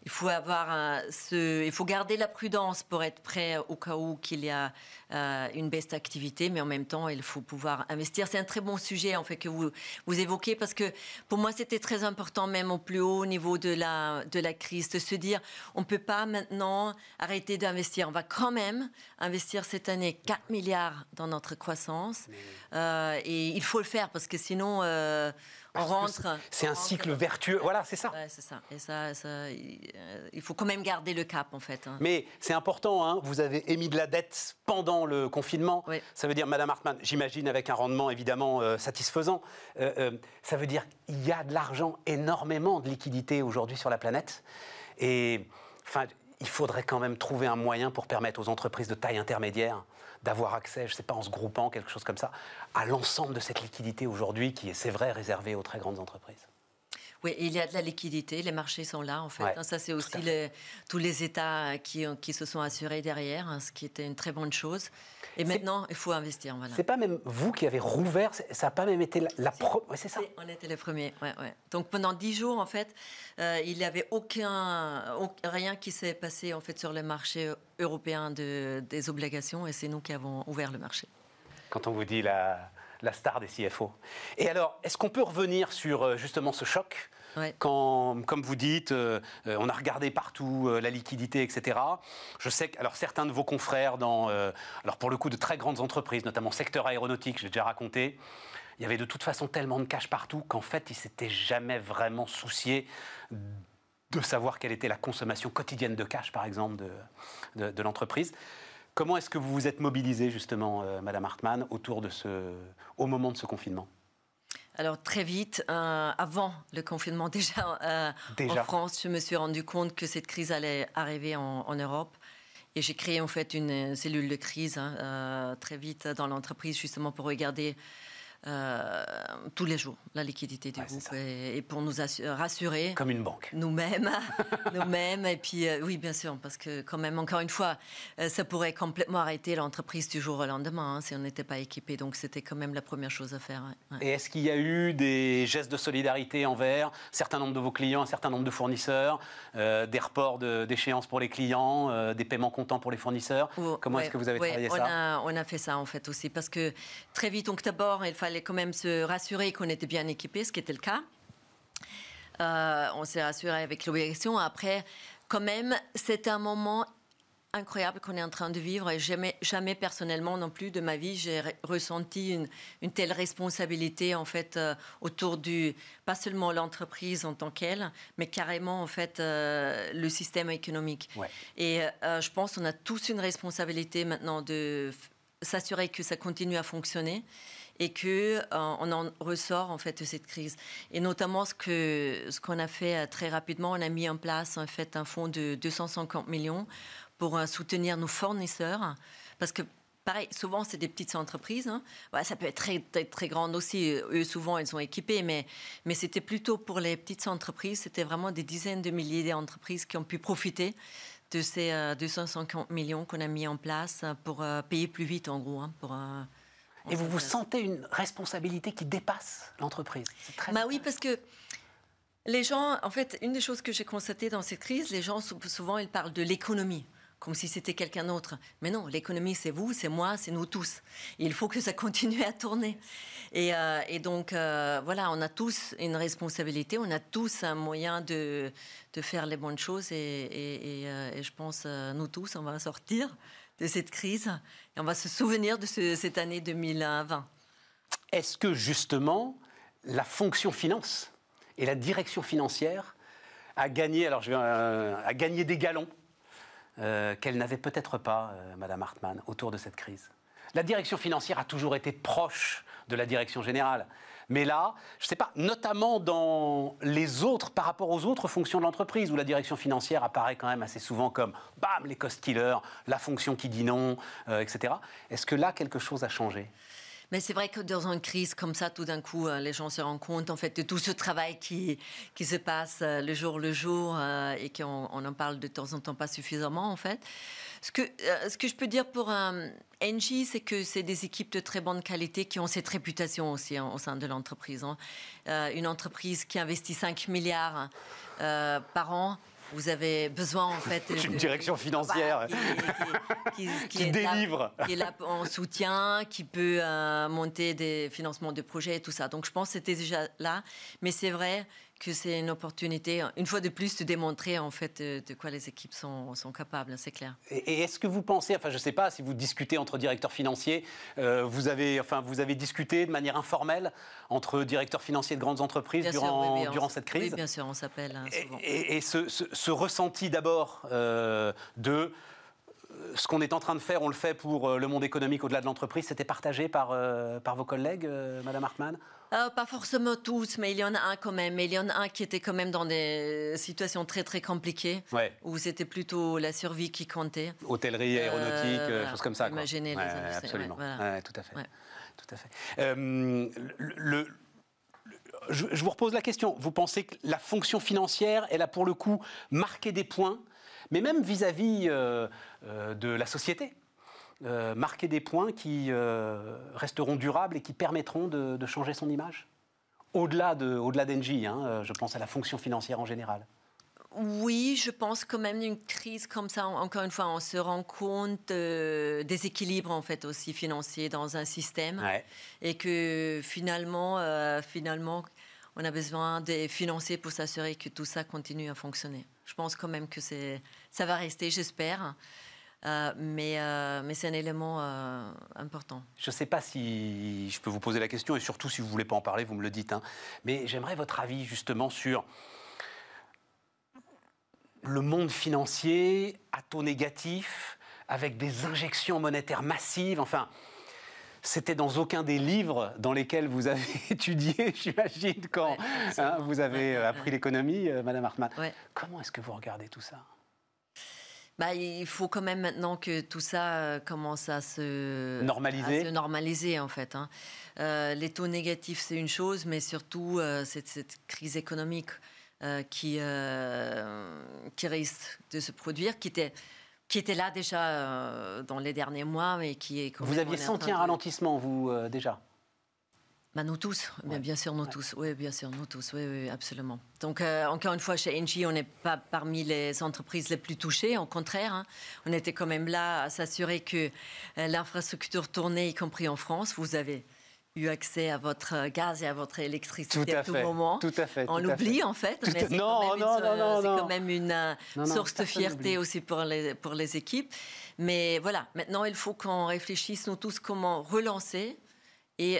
garder la prudence pour être prêt au cas où qu'il y a une baisse d'activité, mais en même temps, il faut pouvoir investir. C'est un très bon sujet en fait que vous évoquez, parce que pour moi, c'était très important, même au plus haut niveau de la crise, de se dire, on ne peut pas maintenant arrêter d'investir. On va quand même investir cette année 4 milliards dans notre croissance, et il faut le faire, parce que sinon... on rentre. C'est un cycle vertueux. Voilà, c'est ça. Ouais, c'est ça. Et ça, il faut quand même garder le cap, en fait. Hein. Mais c'est important, hein, vous avez émis de la dette pendant le confinement. Oui. Ça veut dire, Madame Hartmann, j'imagine avec un rendement évidemment satisfaisant, ça veut dire qu'il y a de l'argent, énormément de liquidités aujourd'hui sur la planète. Et enfin, il faudrait quand même trouver un moyen pour permettre aux entreprises de taille intermédiaire d'avoir accès, je ne sais pas, en se groupant, quelque chose comme ça, à l'ensemble de cette liquidité aujourd'hui qui est, c'est vrai, réservée aux très grandes entreprises. Oui, il y a de la liquidité, les marchés sont là, en fait. Ouais, ça, c'est aussi tous les États qui se sont assurés derrière, hein, ce qui était une très bonne chose. Et maintenant, il faut investir. Voilà. C'est pas même vous qui avez rouvert, ça n'a pas même été la première. Ouais, c'est ça. On était les premiers. Ouais. Donc pendant 10 jours, en fait, il n'y avait rien qui s'est passé en fait sur le marché européen des obligations, et c'est nous qui avons ouvert le marché. Quand on vous dit la star des CFO. Et alors, est-ce qu'on peut revenir sur justement ce choc ? Ouais. Quand, comme vous dites, on a regardé partout la liquidité, etc. Je sais que alors, certains de vos confrères dans, alors pour le coup, de très grandes entreprises, notamment secteur aéronautique, j'ai déjà raconté, il y avait de toute façon tellement de cash partout qu'en fait, ils ne s'étaient jamais vraiment souciés de savoir quelle était la consommation quotidienne de cash, par exemple, de l'entreprise. Comment est-ce que vous vous êtes mobilisée, justement, Madame Hartmann, au moment de ce confinement ? Alors, très vite, avant le confinement, déjà en France, je me suis rendu compte que cette crise allait arriver en Europe. Et j'ai créé, en fait, une cellule de crise très vite dans l'entreprise, justement pour regarder tous les jours la liquidité du groupe et pour nous rassurer. Comme une banque. Nous-mêmes. Et puis, oui, bien sûr, parce que quand même, encore une fois, ça pourrait complètement arrêter l'entreprise du jour au lendemain si on n'était pas équipé. Donc, c'était quand même la première chose à faire. Ouais. Et est-ce qu'il y a eu des gestes de solidarité envers un certain nombre de vos clients, un certain nombre de fournisseurs, des reports d'échéance pour les clients, des paiements comptants pour les fournisseurs ? Comment est-ce que vous avez travaillé ça ? On a fait ça, en fait, aussi, parce que très vite, donc d'abord, il fallait quand même se rassurer qu'on était bien équipé, ce qui était le cas. On s'est rassuré avec l'obligation. Après, quand même, c'est un moment incroyable qu'on est en train de vivre. Et jamais personnellement non plus de ma vie, j'ai ressenti une telle responsabilité en fait autour pas seulement l'entreprise en tant qu'elle, mais carrément en fait le système économique. Ouais. Et je pense qu'on a tous une responsabilité maintenant de s'assurer que ça continue à fonctionner et qu'on en ressort en fait de cette crise. Et notamment ce qu'on a fait très rapidement, on a mis en place en fait un fonds de 250 millions pour soutenir nos fournisseurs, parce que pareil, souvent c'est des petites entreprises, hein. Ouais, ça peut être très, très, très grande aussi, eux souvent ils sont équipés, mais c'était plutôt pour les petites entreprises, c'était vraiment des dizaines de milliers d'entreprises qui ont pu profiter de ces 250 millions qu'on a mis en place pour payer plus vite en gros. Hein, et vous vous sentez une responsabilité qui dépasse l'entreprise. C'est très oui, parce que les gens, en fait, une des choses que j'ai constatées dans cette crise, les gens souvent ils parlent de l'économie, comme si c'était quelqu'un d'autre. Mais non, l'économie c'est vous, c'est moi, c'est nous tous. Et il faut que ça continue à tourner. Et donc voilà, on a tous une responsabilité, on a tous un moyen de faire les bonnes choses. Et je pense nous tous, on va sortir de cette crise et on va se souvenir de cette année 2020. Est-ce que justement la fonction finance et la direction financière a gagné des galons qu'elle n'avait peut-être pas, Madame Hartmann, autour de cette crise. La direction financière a toujours été proche de la direction générale. Mais là, je ne sais pas, notamment par rapport aux autres fonctions de l'entreprise, où la direction financière apparaît quand même assez souvent comme, bam, les cost killers, la fonction qui dit non, etc. Est-ce que là, quelque chose a changé ? Mais c'est vrai que dans une crise comme ça, tout d'un coup, les gens se rendent compte en fait de tout ce travail qui se passe le jour et qu'on en parle de temps en temps pas suffisamment en fait. Ce que je peux dire pour Engie, c'est que c'est des équipes de très bonne qualité qui ont cette réputation aussi au sein de l'entreprise. Une entreprise qui investit 5 milliards par an. Vous avez besoin, en fait... Une direction financière qui délivre. Qui est là en soutien, qui peut monter des financements de projets et tout ça. Donc, je pense que c'était déjà là. Mais c'est vrai que c'est une opportunité, une fois de plus, de démontrer, en fait, de quoi les équipes sont capables, c'est clair. Et est-ce que vous pensez, enfin, je ne sais pas, si vous discutez entre directeurs financiers, vous avez discuté de manière informelle entre directeurs financiers de grandes entreprises durant cette crise ? Oui, bien sûr, on s'appelle souvent. Et ce ressenti d'abord de ce qu'on est en train de faire, on le fait pour le monde économique au-delà de l'entreprise, c'était partagé par vos collègues, Madame Hartmann ? Pas forcément tous, mais il y en a un quand même. Mais il y en a un qui était quand même dans des situations très très compliquées, où c'était plutôt la survie qui comptait. Hôtellerie, aéronautique, choses comme ça. Imaginez les industries. Absolument, voilà. tout à fait. Ouais. Tout à fait. Je vous repose la question. Vous pensez que la fonction financière, elle a pour le coup marqué des points, mais même vis-à-vis de la société, marquer des points qui resteront durables et qui permettront de changer son image ? Au-delà d'Engie, je pense à la fonction financière en général. Oui, je pense quand même une crise comme ça, encore une fois, on se rend compte des équilibres en fait aussi financiers dans un système, et que finalement, on a besoin des financiers pour s'assurer que tout ça continue à fonctionner. Je pense quand même que ça va rester, j'espère. Mais c'est un élément important. Je ne sais pas si je peux vous poser la question, et surtout si vous ne voulez pas en parler, vous me le dites. Mais j'aimerais votre avis justement sur le monde financier à taux négatif, avec des injections monétaires massives. Enfin, c'était dans aucun des livres dans lesquels vous avez étudié, j'imagine, quand vous avez appris l'économie, Madame Hartmann. Comment est-ce que vous regardez tout ça ? Il faut quand même maintenant que tout ça commence à se normaliser en fait. Les taux négatifs, c'est une chose, mais surtout cette crise économique qui risque de se produire, qui était là déjà dans les derniers mois, mais qui est... Vous aviez senti un ralentissement, vous, déjà ? Nous tous, bien sûr, nous tous. Oui, bien sûr, nous tous. Oui, absolument. Donc, encore une fois, chez Engie, on n'est pas parmi les entreprises les plus touchées. Au contraire, on était quand même là à s'assurer que l'infrastructure tournait, y compris en France. Vous avez eu accès à votre gaz et à votre électricité à tout moment. Tout à fait. On l'oublie, en fait. Mais c'est quand même une source de fierté aussi pour les équipes. Mais voilà, maintenant, il faut qu'on réfléchisse, nous tous, comment relancer et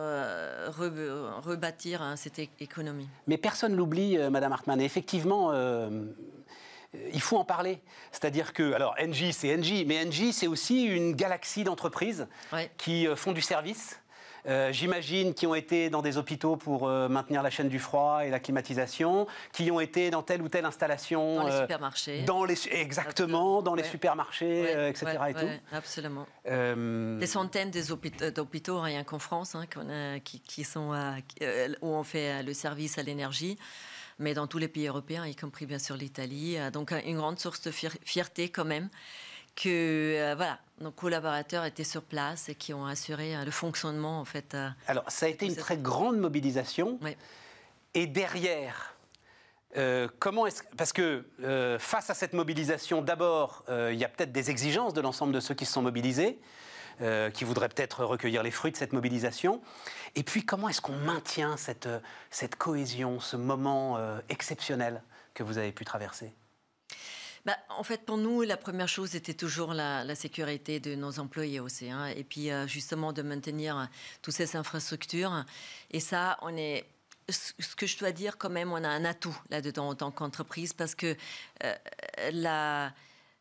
rebâtir cette économie. Mais personne l'oublie, Madame Hartmann. Et effectivement, il faut en parler. C'est-à-dire que, alors, Engie, c'est Engie, mais Engie, c'est aussi une galaxie d'entreprises qui font du service. J'imagine, qui ont été dans des hôpitaux pour maintenir la chaîne du froid et la climatisation, qui ont été dans telle ou telle installation. Dans les supermarchés. Exactement, dans les supermarchés, etc. Absolument. Des centaines d'hôpitaux, rien qu'en France, qui sont où on fait le service à l'énergie, mais dans tous les pays européens, y compris bien sûr l'Italie. Donc une grande source de fierté quand même, que nos collaborateurs étaient sur place et qui ont assuré le fonctionnement en fait. Alors ça a été une très grande mobilisation. Et derrière, parce que face à cette mobilisation, d'abord, il y a peut-être des exigences de l'ensemble de ceux qui se sont mobilisés, qui voudraient peut-être recueillir les fruits de cette mobilisation. Et puis comment est-ce qu'on maintient cette cohésion, ce moment exceptionnel que vous avez pu traverser ? En fait, pour nous, la première chose était toujours la sécurité de nos employés aussi. Et puis, justement, de maintenir toutes ces infrastructures. Et ça, ce que je dois dire quand même, on a un atout là-dedans en tant qu'entreprise, parce que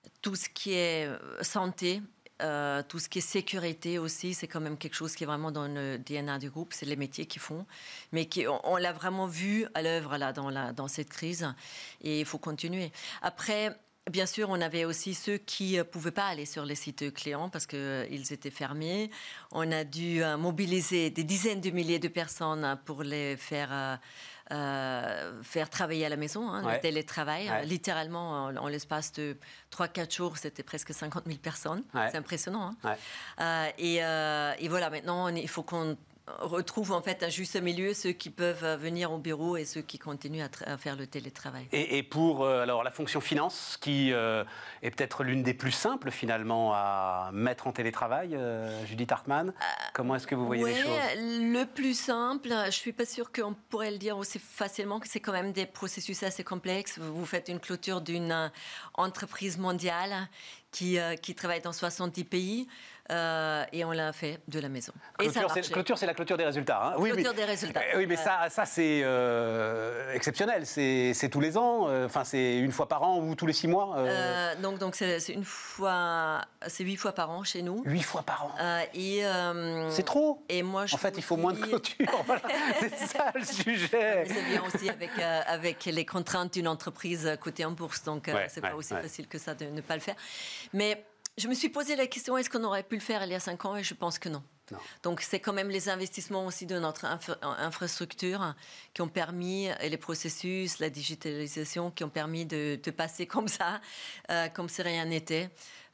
Tout ce qui est santé, tout ce qui est sécurité aussi, c'est quand même quelque chose qui est vraiment dans le DNA du groupe. C'est les métiers qu'ils font. Mais on l'a vraiment vu à l'œuvre là, dans cette crise. Et il faut continuer. Après, bien sûr, on avait aussi ceux qui ne pouvaient pas aller sur les sites clients parce qu'ils étaient fermés. On a dû mobiliser des dizaines de milliers de personnes pour les faire travailler à la maison, le télétravail. Littéralement, en l'espace de 3-4 jours, c'était presque 50 000 personnes. C'est impressionnant. Et voilà, maintenant, il faut qu'on retrouve en fait un juste milieu, ceux qui peuvent venir au bureau et ceux qui continuent à faire le télétravail. Et pour alors, la fonction finance, qui est peut-être l'une des plus simples finalement à mettre en télétravail, Judith Hartmann, comment est-ce que vous voyez les choses? Le plus simple, je ne suis pas sûre qu'on pourrait le dire aussi facilement, que c'est quand même des processus assez complexes. Vous faites une clôture d'une entreprise mondiale qui travaille dans 70 pays. Et on l'a fait de la maison. Clôture, c'est la clôture des résultats. Hein. Clôture des résultats. Oui, mais ça c'est exceptionnel. C'est tous les ans. Enfin, c'est une fois par an ou tous les 6 mois. Donc c'est 8 fois par an chez nous. 8 fois par an. C'est trop. Et moi, en fait, il faut moins de clôture. Voilà. C'est ça le sujet. C'est bien aussi avec les contraintes d'une entreprise cotée en bourse. Donc c'est pas aussi facile que ça de ne pas le faire. Mais je me suis posé la question, est-ce qu'on aurait pu le faire il y a 5 ans? Et je pense que non. Donc c'est quand même les investissements aussi de notre infrastructure qui ont permis, et les processus, la digitalisation, qui ont permis de passer comme ça, comme si rien n'était.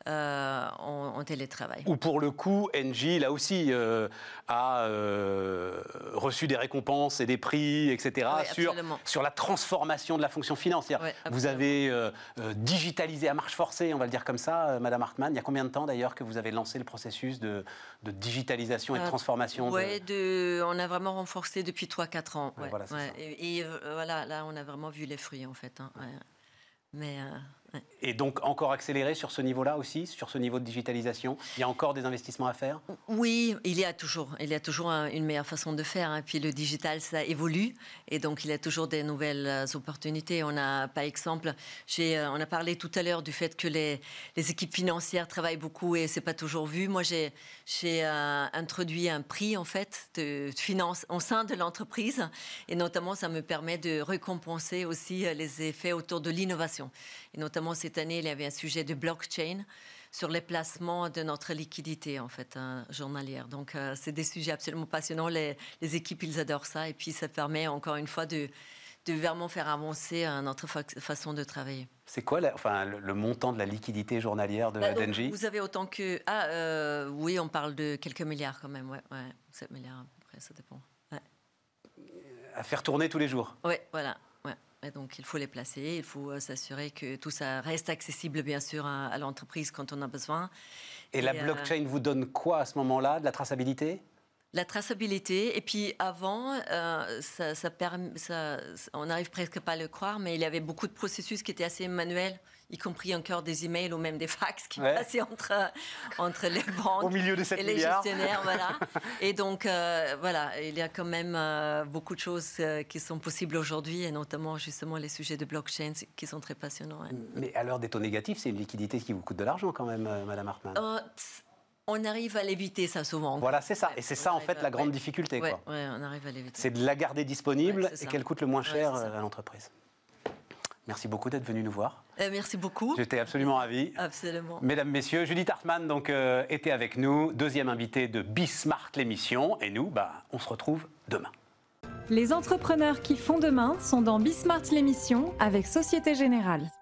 En télétravail. Ou pour le coup, Engie, là aussi, a reçu des récompenses et des prix, etc., sur la transformation de la fonction financière. Vous avez digitalisé à marche forcée, on va le dire comme ça, Madame Hartmann. Il y a combien de temps d'ailleurs que vous avez lancé le processus de digitalisation et de transformation on a vraiment renforcé depuis 3-4 ans. Voilà, et voilà, là, on a vraiment vu les fruits, en fait. Mais... Et donc encore accéléré sur ce niveau-là aussi, sur ce niveau de digitalisation? Il y a encore des investissements à faire? Oui, il y a toujours une meilleure façon de faire. Et puis le digital, ça évolue. Et donc, il y a toujours des nouvelles opportunités. On a, par exemple, on a parlé tout à l'heure du fait que les équipes financières travaillent beaucoup et c'est pas toujours vu. Moi, j'ai introduit un prix, en fait, de finance au sein de l'entreprise. Et notamment, ça me permet de récompenser aussi les effets autour de l'innovation. Et notamment, cette année, il y avait un sujet de blockchain sur les placements de notre liquidité, en fait, journalière. Donc, c'est des sujets absolument passionnants. Les équipes, ils adorent ça. Et puis, ça permet, encore une fois, de vraiment faire avancer notre façon de travailler. C'est quoi le montant de la liquidité journalière d'Engie? Vous avez autant que... oui, on parle de quelques milliards quand même. 7 milliards, après, ça dépend. À faire tourner tous les jours? Oui, voilà. Et donc, il faut les placer, il faut s'assurer que tout ça reste accessible, bien sûr, à l'entreprise quand on a besoin. Et la blockchain vous donne quoi à ce moment-là? De la traçabilité? La traçabilité. Et puis, avant, on n'arrive presque pas à le croire, mais il y avait beaucoup de processus qui étaient assez manuels, y compris encore des emails ou même des fax qui passaient entre les banques au milieu de 7 et milliards. Les gestionnaires. Voilà. Et donc, il y a quand même beaucoup de choses qui sont possibles aujourd'hui, et notamment, justement, les sujets de blockchain qui sont très passionnants. Mais à l'heure des taux négatifs, c'est une liquidité qui vous coûte de l'argent quand même, Madame Hartmann. On arrive à l'éviter, ça, souvent. Voilà, c'est ça. Et c'est ça, en fait, la grande difficulté. Oui, on arrive à l'éviter. C'est de la garder disponible et qu'elle coûte le moins cher à l'entreprise. Merci beaucoup d'être venu nous voir. Merci beaucoup. J'étais absolument ravi. Absolument. Mesdames, Messieurs, Judith Hartmann donc, était avec nous, deuxième invitée de Bismart, l'émission. Et nous, on se retrouve demain. Les entrepreneurs qui font demain sont dans Bismart, l'émission avec Société Générale.